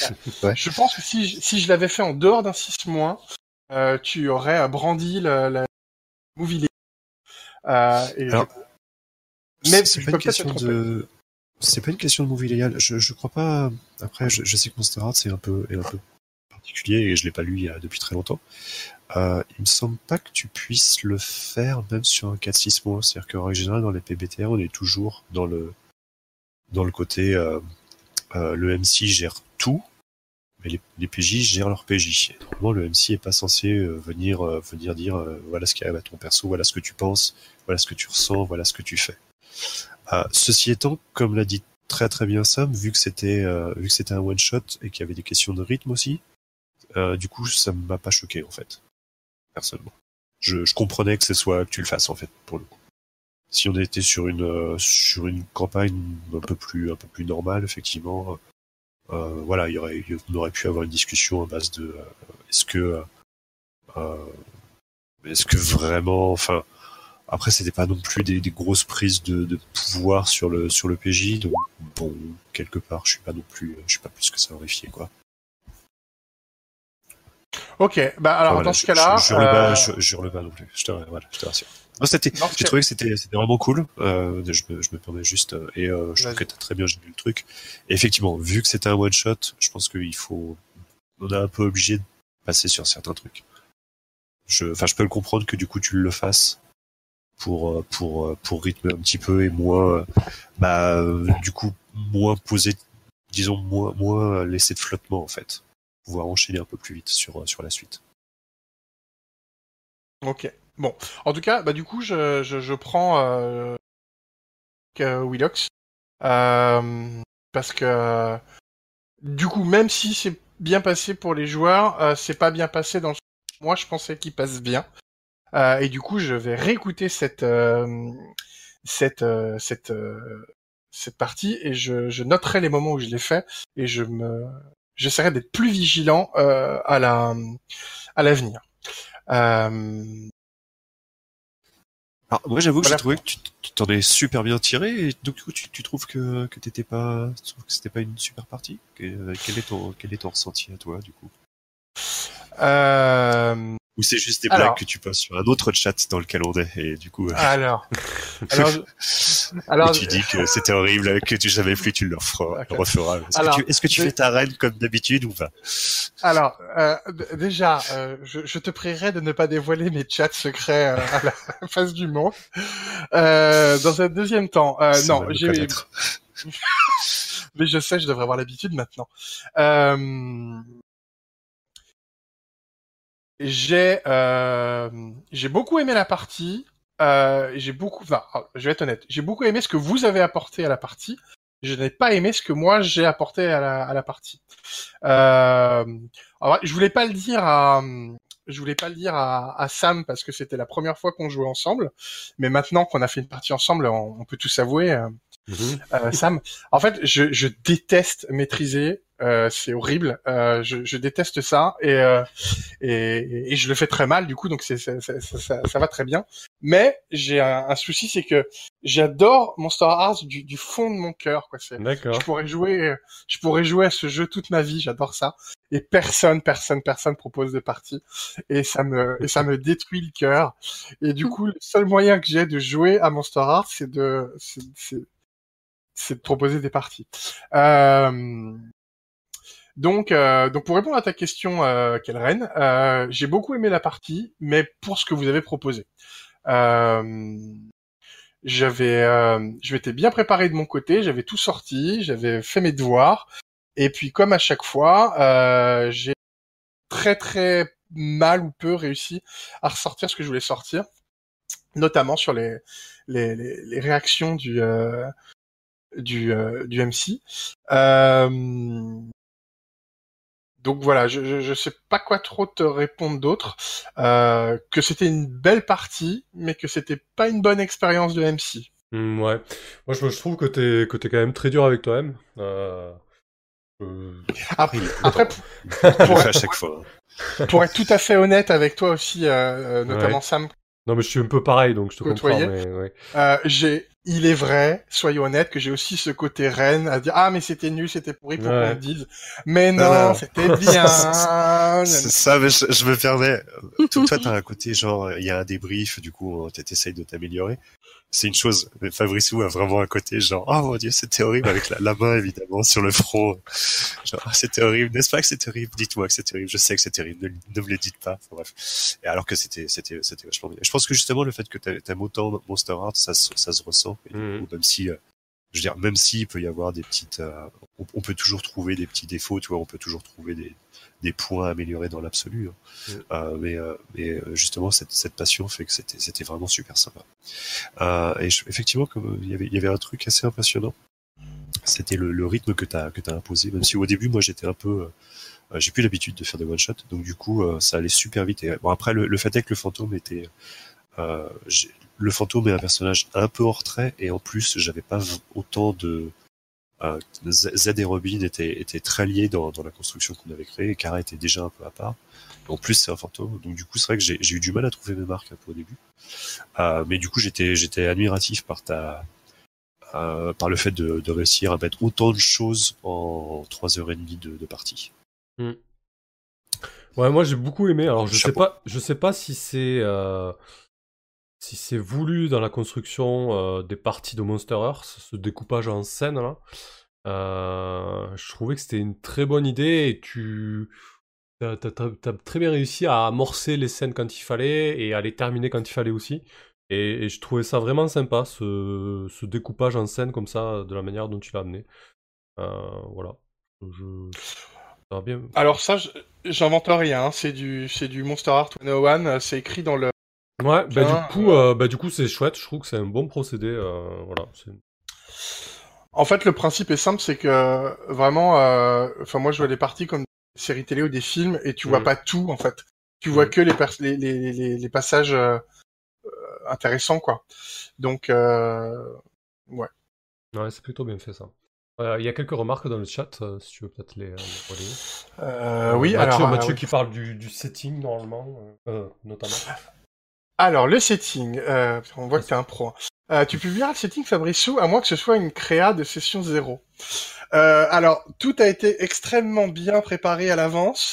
Ouais. Je pense que si je, si je l'avais fait en dehors d'un six moins, euh, tu aurais euh, brandi la, la movie League. Euh, et Alors, je... Mais c'est je pas peux une peut-être question me tromper. de, c'est pas une question de movie légal. Je, je crois pas. Après, je, je sais que Monster Hearts c'est un peu, est un peu particulier et je l'ai pas lu il y a, depuis très longtemps. Euh, il me semble pas que tu puisses le faire même sur un quatre six mois. C'est-à-dire qu'en règle générale, dans les P B T R, on est toujours dans le, dans le côté, euh, euh, le M C gère tout, mais les, les P J gèrent leur P J. Et normalement, le M C est pas censé euh, venir, euh, venir dire, euh, voilà ce qui arrive à ton perso, voilà ce que tu penses, voilà ce que tu ressens, voilà ce que tu fais. Euh, ceci étant, comme l'a dit très très bien Sam, vu que c'était, euh, vu que c'était un one shot et qu'il y avait des questions de rythme aussi, euh, du coup, ça m'a pas choqué en fait. Personnellement. Je, je comprenais que ce soit que tu le fasses en fait pour le coup. Si on était sur une euh, sur une campagne un peu plus un peu plus normale effectivement, euh, voilà, il y aurait on aurait pu avoir une discussion à base de euh, est-ce que euh, est-ce que vraiment, enfin après c'était pas non plus des, des grosses prises de, de pouvoir sur le sur le P J, donc bon quelque part je suis pas non plus je suis pas plus que ça horrifié quoi. Ok, bah alors Enfin, voilà, dans je, ce cas-là, je, je, hurle pas, euh... je, je hurle pas non plus. Je te, voilà, je te rassure. Non, c'était, Non, j'ai trouvé que c'était, c'était vraiment cool. Euh, je me, je me permets juste, et euh, je trouve Vas-y. que t'as très bien géré le truc. Et effectivement, vu que c'était un one shot, je pense qu'il faut, on est un peu obligé de passer sur certains trucs. Je, enfin, je peux le comprendre que du coup tu le fasses pour, pour, pour rythmer un petit peu et moins, bah, du coup, moins poser, disons, moins, moins laisser de flottement en fait. Pouvoir enchaîner un peu plus vite sur, sur la suite. Ok. Bon, en tout cas, bah du coup, je, je, je prends euh, Willox euh, parce que du coup, même si c'est bien passé pour les joueurs, euh, c'est pas bien passé dans le. Moi, je pensais qu'il passe bien, euh, et du coup, je vais réécouter cette euh, cette euh, cette euh, cette partie et je, je noterai les moments où je l'ai fait et je me j'essaierai d'être plus vigilant euh, à la à l'avenir. Euh... Alors, moi, j'avoue que Voilà. j'ai trouvé que tu, tu t'en es super bien tiré, et donc du coup, tu, tu trouves que, que t'étais pas, tu trouves que c'était pas une super partie? Que- Quel est ton, quel est ton ressenti à toi, du coup? Euh... Ou c'est juste des Alors. blagues que tu passes sur un autre chat dans lequel on est, et du coup, euh, Alors, alors, je- alors, où tu dis que c'était horrible, que tu savais plus, tu le referas. Ok. le referas. Est-ce Alors, que tu, est-ce que tu je- fais ta reine comme d'habitude ou pas? alors, euh, d- déjà, euh, je, je te prierai de ne pas dévoiler mes chats secrets euh, à la face du monde. Euh, dans un deuxième temps, euh, Ça va non, me j'ai, connaître. mais je sais, je devrais avoir l'habitude maintenant. Euh, j'ai, euh, j'ai beaucoup aimé la partie. Euh, j'ai beaucoup, enfin, je vais être honnête, j'ai beaucoup aimé ce que vous avez apporté à la partie. Je n'ai pas aimé ce que moi j'ai apporté à la, à la partie. Euh, alors, je voulais pas le dire à, je voulais pas le dire à, à Sam parce que c'était la première fois qu'on jouait ensemble, mais maintenant qu'on a fait une partie ensemble, on, on peut tout s'avouer. Euh, Mhm. euh, Sam, en fait, je, je déteste maîtriser. Euh, c'est horrible. Euh, je, je déteste ça et, euh, et et je le fais très mal du coup. Donc c'est, c'est, c'est- ça, ça, ça va très bien. Mais j'ai un, un souci, c'est que j'adore Monster Hearts du, du fond de mon cœur. Quoi. C'est, D'accord. je pourrais jouer, je pourrais jouer à ce jeu toute ma vie. J'adore ça. Et personne, personne, personne propose de partie. Et ça me, et ça me détruit le cœur. Et du coup, le seul moyen que j'ai de jouer à Monster Hearts, c'est de, c'est, c'est, c'est de proposer des parties. Euh, donc, euh, donc pour répondre à ta question, euh, Kelren, euh, j'ai beaucoup aimé la partie, mais pour ce que vous avez proposé. Euh, j'avais, euh, je m'étais bien préparé de mon côté, j'avais tout sorti, j'avais fait mes devoirs, et puis comme à chaque fois, euh, j'ai très très mal ou peu réussi à ressortir ce que je voulais sortir, notamment sur les les, les, les réactions du euh, du, euh, du M C. Euh, donc voilà, je, je, je sais pas quoi trop te répondre d'autre. Euh, que c'était une belle partie, mais que c'était pas une bonne expérience de M C. Mm, ouais. Moi, je, je trouve que t'es que t'es quand même très dur avec toi-même. Euh, euh, Après, Il est après content. pour, Il le pour, fait à chaque fois. pour être tout à fait honnête avec toi aussi, euh, notamment Ouais. Sam, Non, mais je suis un peu pareil, donc je te Côtoyer. comprends. Mais, ouais. Euh, j'ai, il est vrai, soyons honnêtes, que j'ai aussi ce côté reine à dire ah mais c'était nul, c'était pourri pour Ouais. qu'on me dise. Mais non, Ah, non. c'était bien. C'est ça, mais je, je me permets. Toi, toi, t'as un côté genre, il y a un débrief, du coup, t'essayes de t'améliorer. C'est une chose. Mais Fabricou a vraiment un côté genre, oh mon dieu, c'était horrible, avec la, la main évidemment sur le front. Genre, ah, c'était horrible, n'est-ce pas que c'était horrible? Dites-moi que c'était horrible. Je sais que c'était horrible. Ne, ne me le dites pas. Enfin, bref. Et alors que c'était, c'était, c'était vachement bien. Je pense que justement le fait que t'aimes autant Monster Hearts, ça, se- ça se ressent. Et du Mhm. coup, même si, euh, je veux dire, même s'il peut y avoir des petites, euh, on, on peut toujours trouver des petits défauts, tu vois, on peut toujours trouver des, des points à améliorer dans l'absolu. Hein. Mhm. Euh, mais, euh, mais euh, justement, cette, cette passion fait que c'était, c'était vraiment super sympa. Euh, et je, effectivement, comme il y avait, il y avait un truc assez impressionnant, c'était le, le rythme que t'as, que t'as imposé. Même si au début, moi, j'étais un peu, euh, j'ai plus l'habitude de faire des one shot, donc du coup, euh, ça allait super vite. Et bon, après, le, le fait est que le fantôme était, euh, j'ai- le fantôme est un personnage un peu hors trait, et en plus, j'avais pas v- autant de euh, Z Z et Robin étaient, étaient très liés dans, dans la construction qu'on avait créée. Kara était déjà un peu à part. En plus, c'est un fantôme, donc du coup, c'est vrai que j'ai, j'ai eu du mal à trouver mes marques un peu au début. Euh, mais du coup, j'étais, j'étais admiratif par ta, euh, par le fait de, de réussir à mettre autant de choses en trois heures et demie de, de partie. Mm. Ouais, moi j'ai beaucoup aimé. Alors je sais Chapeau. pas, je sais pas si c'est euh, si c'est voulu dans la construction euh, des parties de Monster Earth, ce découpage en scène là. Euh, je trouvais que c'était une très bonne idée et tu t'as, t'as- t'as- t'as très bien réussi à amorcer les scènes quand il fallait et à les terminer quand il fallait aussi. Et, et je trouvais ça vraiment sympa, ce, ce découpage en scène comme ça, de la manière dont tu l'as amené. Euh, voilà. Je... Ça va bien. Alors ça, je- j'invente rien. Hein. C'est du, c'est du Monster Heart cent un. C'est écrit dans le. Ouais, bah du Bien, coup, euh, bah du coup c'est chouette. Je trouve que c'est un bon procédé. Euh, voilà. c'est- En fait, le principe est simple, c'est que vraiment, euh, enfin moi je vois les parties comme des séries télé ou des films et tu vois Mm. pas tout en fait. Tu vois Mm. que les, pers- les, les, les, les passages euh, intéressants quoi. Donc euh, ouais. Ouais, c'est plutôt bien fait ça. Euh, Il y a quelques remarques dans le chat, euh, si tu veux peut-être les, euh, les relayer. Euh, Euh, oui, Mathieu, alors, Mathieu euh, qui parle du, du setting normalement, euh, euh, notamment. alors le setting, euh, on voit que t'es un pro. Hein. Euh, tu publieras le setting Fabricou à moins que ce soit une créa de session zéro. Euh, alors tout a été extrêmement bien préparé à l'avance,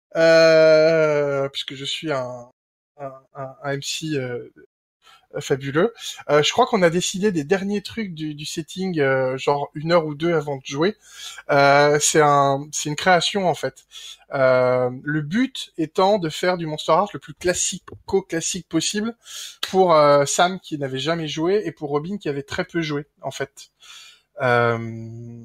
euh, puisque je suis un, un, un, un M C euh, fabuleux. Euh, je crois qu'on a décidé des derniers trucs du, du setting, euh, genre une heure ou deux avant de jouer. Euh, c'est un, c'est une création en fait. Euh, le but étant de faire du Monster Hearts le plus classico-classique possible pour euh, Sam qui n'avait jamais joué et pour Robin qui avait très peu joué en fait. Euh...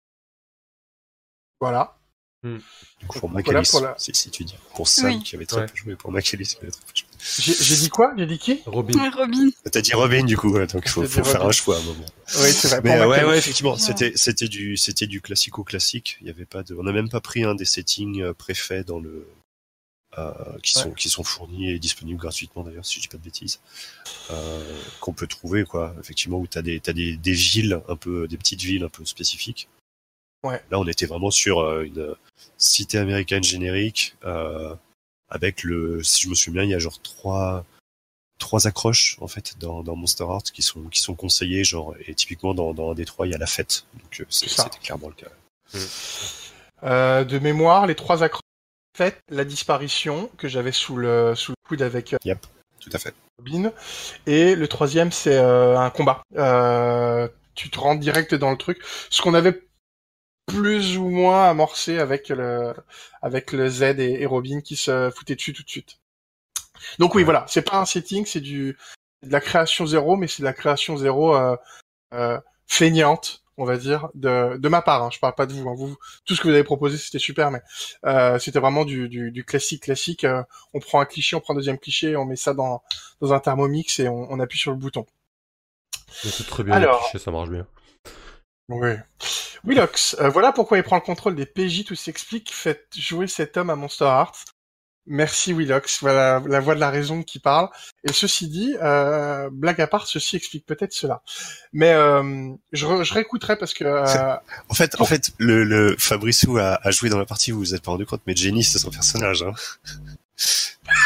Voilà. Mm. Du coup, pour Voilà Macalis, pour la- si, si tu dis. Pour Sam, Oui. qui avait très Ouais. peu joué, pour Macalis, qui avait très peu joué. J'ai, j'ai dit quoi? J'ai dit qui? Robin. Robin. T'as dit Robin, du coup, ouais, donc il faut, T'as dit faut faire Robin. un choix à un moment. Oui, c'est vrai. Mais Pour euh, ouais, Macalis. ouais, effectivement, Ouais. c'était, c'était du, c'était du classico-classique. Il y avait pas de, on n'a même pas pris un des settings euh, préfaits dans le, euh, qui sont, Ouais. qui sont fournis et disponibles gratuitement d'ailleurs, si je dis pas de bêtises, euh, qu'on peut trouver, quoi. Effectivement, où t'as des, t'as des, des villes un peu, des petites villes un peu spécifiques. Ouais. Là, on était vraiment sur euh, une cité américaine générique, euh, avec le, si je me souviens bien, il y a genre trois, trois accroches en fait dans, dans Monster Hearts qui sont qui sont conseillées, genre, et typiquement dans, dans un des trois il y a la fête, donc euh, c'est, C'est ça. c'était clairement le cas. Euh, de mémoire, les trois accroches faites, la disparition que j'avais sous le sous le coude avec euh, Tout à fait. Robin, et le troisième c'est euh, un combat. Euh, tu te rentres direct dans le truc. Ce qu'on avait plus ou moins amorcé avec le avec le Z et, et Robin qui se foutaient dessus tout de suite. Donc oui, Ouais. voilà, c'est pas un setting, c'est du c'est de la création zéro, mais c'est de la création zéro euh, euh, feignante, on va dire, de de ma part. Hein, je parle pas de vous, hein. Vous, tout ce que vous avez proposé, c'était super, mais euh, c'était vraiment du, du, du classique classique. Euh, on prend un cliché, on prend un deuxième cliché, on met ça dans dans un thermomix et on, on appuie sur le bouton. Mais c'est très bien, Alors. les clichés, ça marche bien. Oui. Willox, euh, voilà pourquoi il prend le contrôle des P J, tout s'explique, faites jouer cet homme à Monster Hearts. Merci Willox, voilà la voix de la raison qui parle. Et ceci dit, euh, blague à part, ceci explique peut-être cela. Mais euh, je, re- je réécouterai parce que... Euh, En fait, en fait, le, le Fabricou a, a joué dans la partie, vous vous êtes pas rendu compte, mais Jenny c'est son personnage. Hein.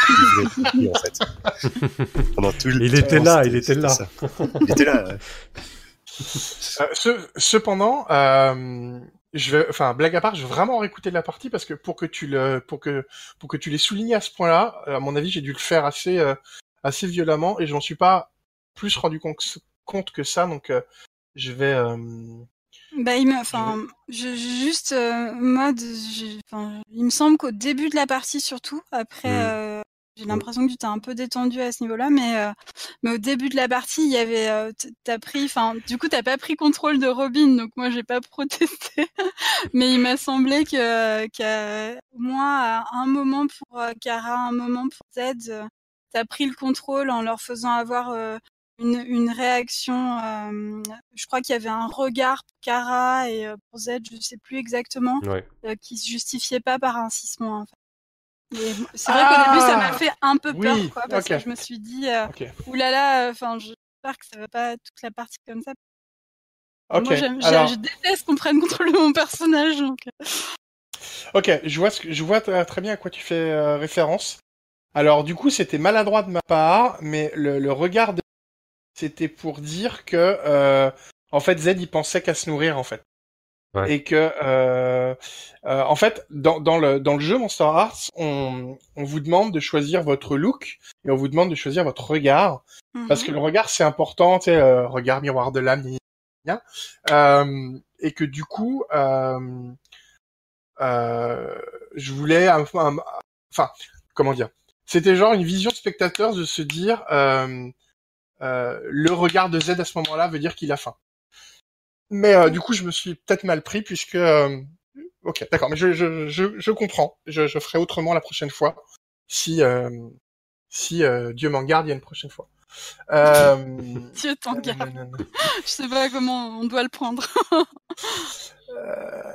Il en fait. Pendant tout le Il temps, était là, c'était- il était là. c'était ça. Il était là. ouais. Euh, ce- cependant, euh, je vais, enfin, blague à part, je vais vraiment réécouter la partie parce que pour que tu le, pour que, pour que tu l'aies souligné à ce point-là, à mon avis, j'ai dû le faire assez, euh, assez violemment et je m'en suis pas plus rendu compte, compte que ça, donc euh, je vais. Euh, Bah, il me, enfin, je, je- juste, euh, mode, j'ai- enfin, il me semble qu'au début de la partie surtout, après, Mm. euh, j'ai l'impression que tu t'es un peu détendu à ce niveau-là, mais, euh, mais au début de la partie, il y avait, euh, t- t'as pris, enfin, du coup, t'as pas pris contrôle de Robin, donc moi, j'ai pas protesté, mais il m'a semblé que, qu'à au moins à un moment pour euh, Kara, un moment pour Z, euh, t'as pris le contrôle en leur faisant avoir euh, une, une réaction. Euh, je crois qu'il y avait un regard pour Kara et euh, pour Z, je sais plus exactement, Ouais. euh, qui se justifiait pas par un sisement. En fait. Et bon, c'est vrai qu'au début, ça m'a fait un peu peur, oui, quoi, parce ok. que je me suis dit, euh, Ok. oulala, enfin, j'espère que ça va pas toute la partie comme ça. Ok. Moi, j'aime, Alors, je déteste qu'on prenne contrôle de mon personnage, donc. euh, ok, je vois ce que, je vois t- très bien à quoi tu fais euh, référence. Alors, du coup, c'était maladroit de ma part, mais le, le regard, de... c'était pour dire que, euh, en fait, Z, il pensait qu'à se nourrir, en fait. Ouais. Et que, euh, euh, en fait, dans, dans le dans le jeu Monster Hearts, on on vous demande de choisir votre look et on vous demande de choisir votre regard parce que mhm. le regard c'est important, tu sais, euh, regard miroir de l'âme, gna, gna, gna. Euh, et que du coup, euh, euh, je voulais, un, un- enfin, comment dire, c'était genre une vision spectateur de se dire, euh, euh, le regard de Z à ce moment-là veut dire qu'il a faim. Mais euh, du coup, je me suis peut-être mal pris puisque euh, ok, d'accord, mais je, je, je, je comprends. Je, je ferai autrement la prochaine fois. Si, euh, si euh, Dieu m'en garde, il y a une prochaine fois. Euh... Dieu t'en garde. nanana. Je sais pas comment on doit le prendre. Euh,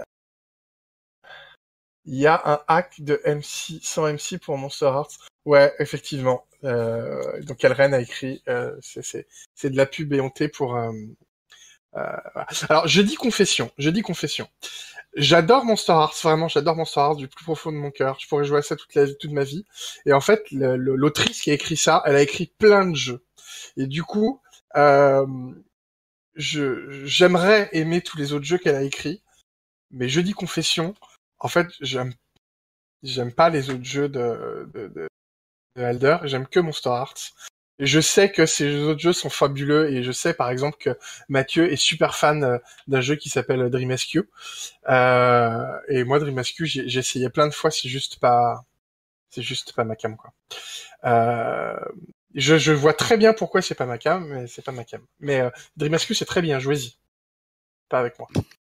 Il y a un hack de M C, sans M C pour Monster Hearts. Ouais, effectivement. Euh, donc Elren a écrit, euh, c'est, c'est, c'est de la pub éhontée pour... Euh, euh, voilà. Alors, je dis confession, je dis confession. J'adore Monster Hearts, vraiment, j'adore Monster Hearts du plus profond de mon cœur. Je pourrais jouer à ça toute la toute ma vie. Et en fait, le- le- l'autrice qui a écrit ça, elle a écrit plein de jeux. Et du coup, euh, je j'aimerais aimer tous les autres jeux qu'elle a écrits, mais je dis confession, en fait, j'aime j'aime pas les autres jeux de de, de, de Elder, j'aime que Monster Hearts. Et je sais que ces autres jeux sont fabuleux et je sais par exemple que Mathieu est super fan euh, d'un jeu qui s'appelle Dream Rescue. Euh, et moi, Dream Rescue, j'ai, j'ai essayé plein de fois, c'est juste pas, c'est juste pas ma cam, quoi. Euh, je, je vois très bien pourquoi c'est pas ma cam, mais c'est pas ma cam. Mais euh, Dream Rescue, c'est très bien, jouez-y. Pas avec moi.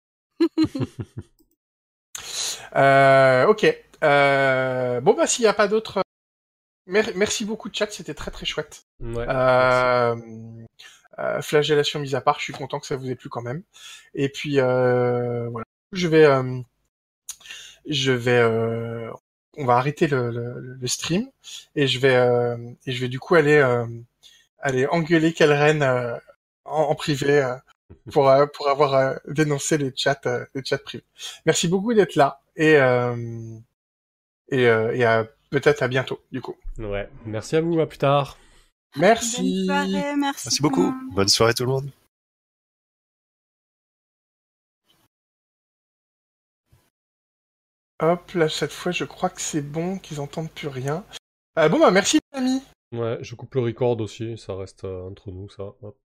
Euh, ok. Euh, bon, bah, s'il y a pas d'autres... Mer- merci beaucoup, chat, c'était très très chouette. Ouais. Euh, euh, flagellation mise à part, je suis content que ça vous ait plu quand même. Et puis, euh, voilà. Je vais... Euh, je vais... Euh, on va arrêter le, le, le stream et je vais euh, et je vais du coup aller euh, aller engueuler Kelren euh, en, en privé euh, pour euh, pour avoir euh, dénoncé les chats euh, les chats privés. Merci beaucoup d'être là et euh, et, euh, et à, peut-être à bientôt du coup. Ouais. Merci à vous, à plus tard. Merci. Bonne soirée, merci. Merci tout le beaucoup. monde. Bonne soirée tout le monde. Hop là cette fois je crois que c'est bon qu'ils entendent plus rien. Euh, bon bah merci les amis. Ouais, je coupe le record aussi, ça reste euh, entre nous, ça. Hop.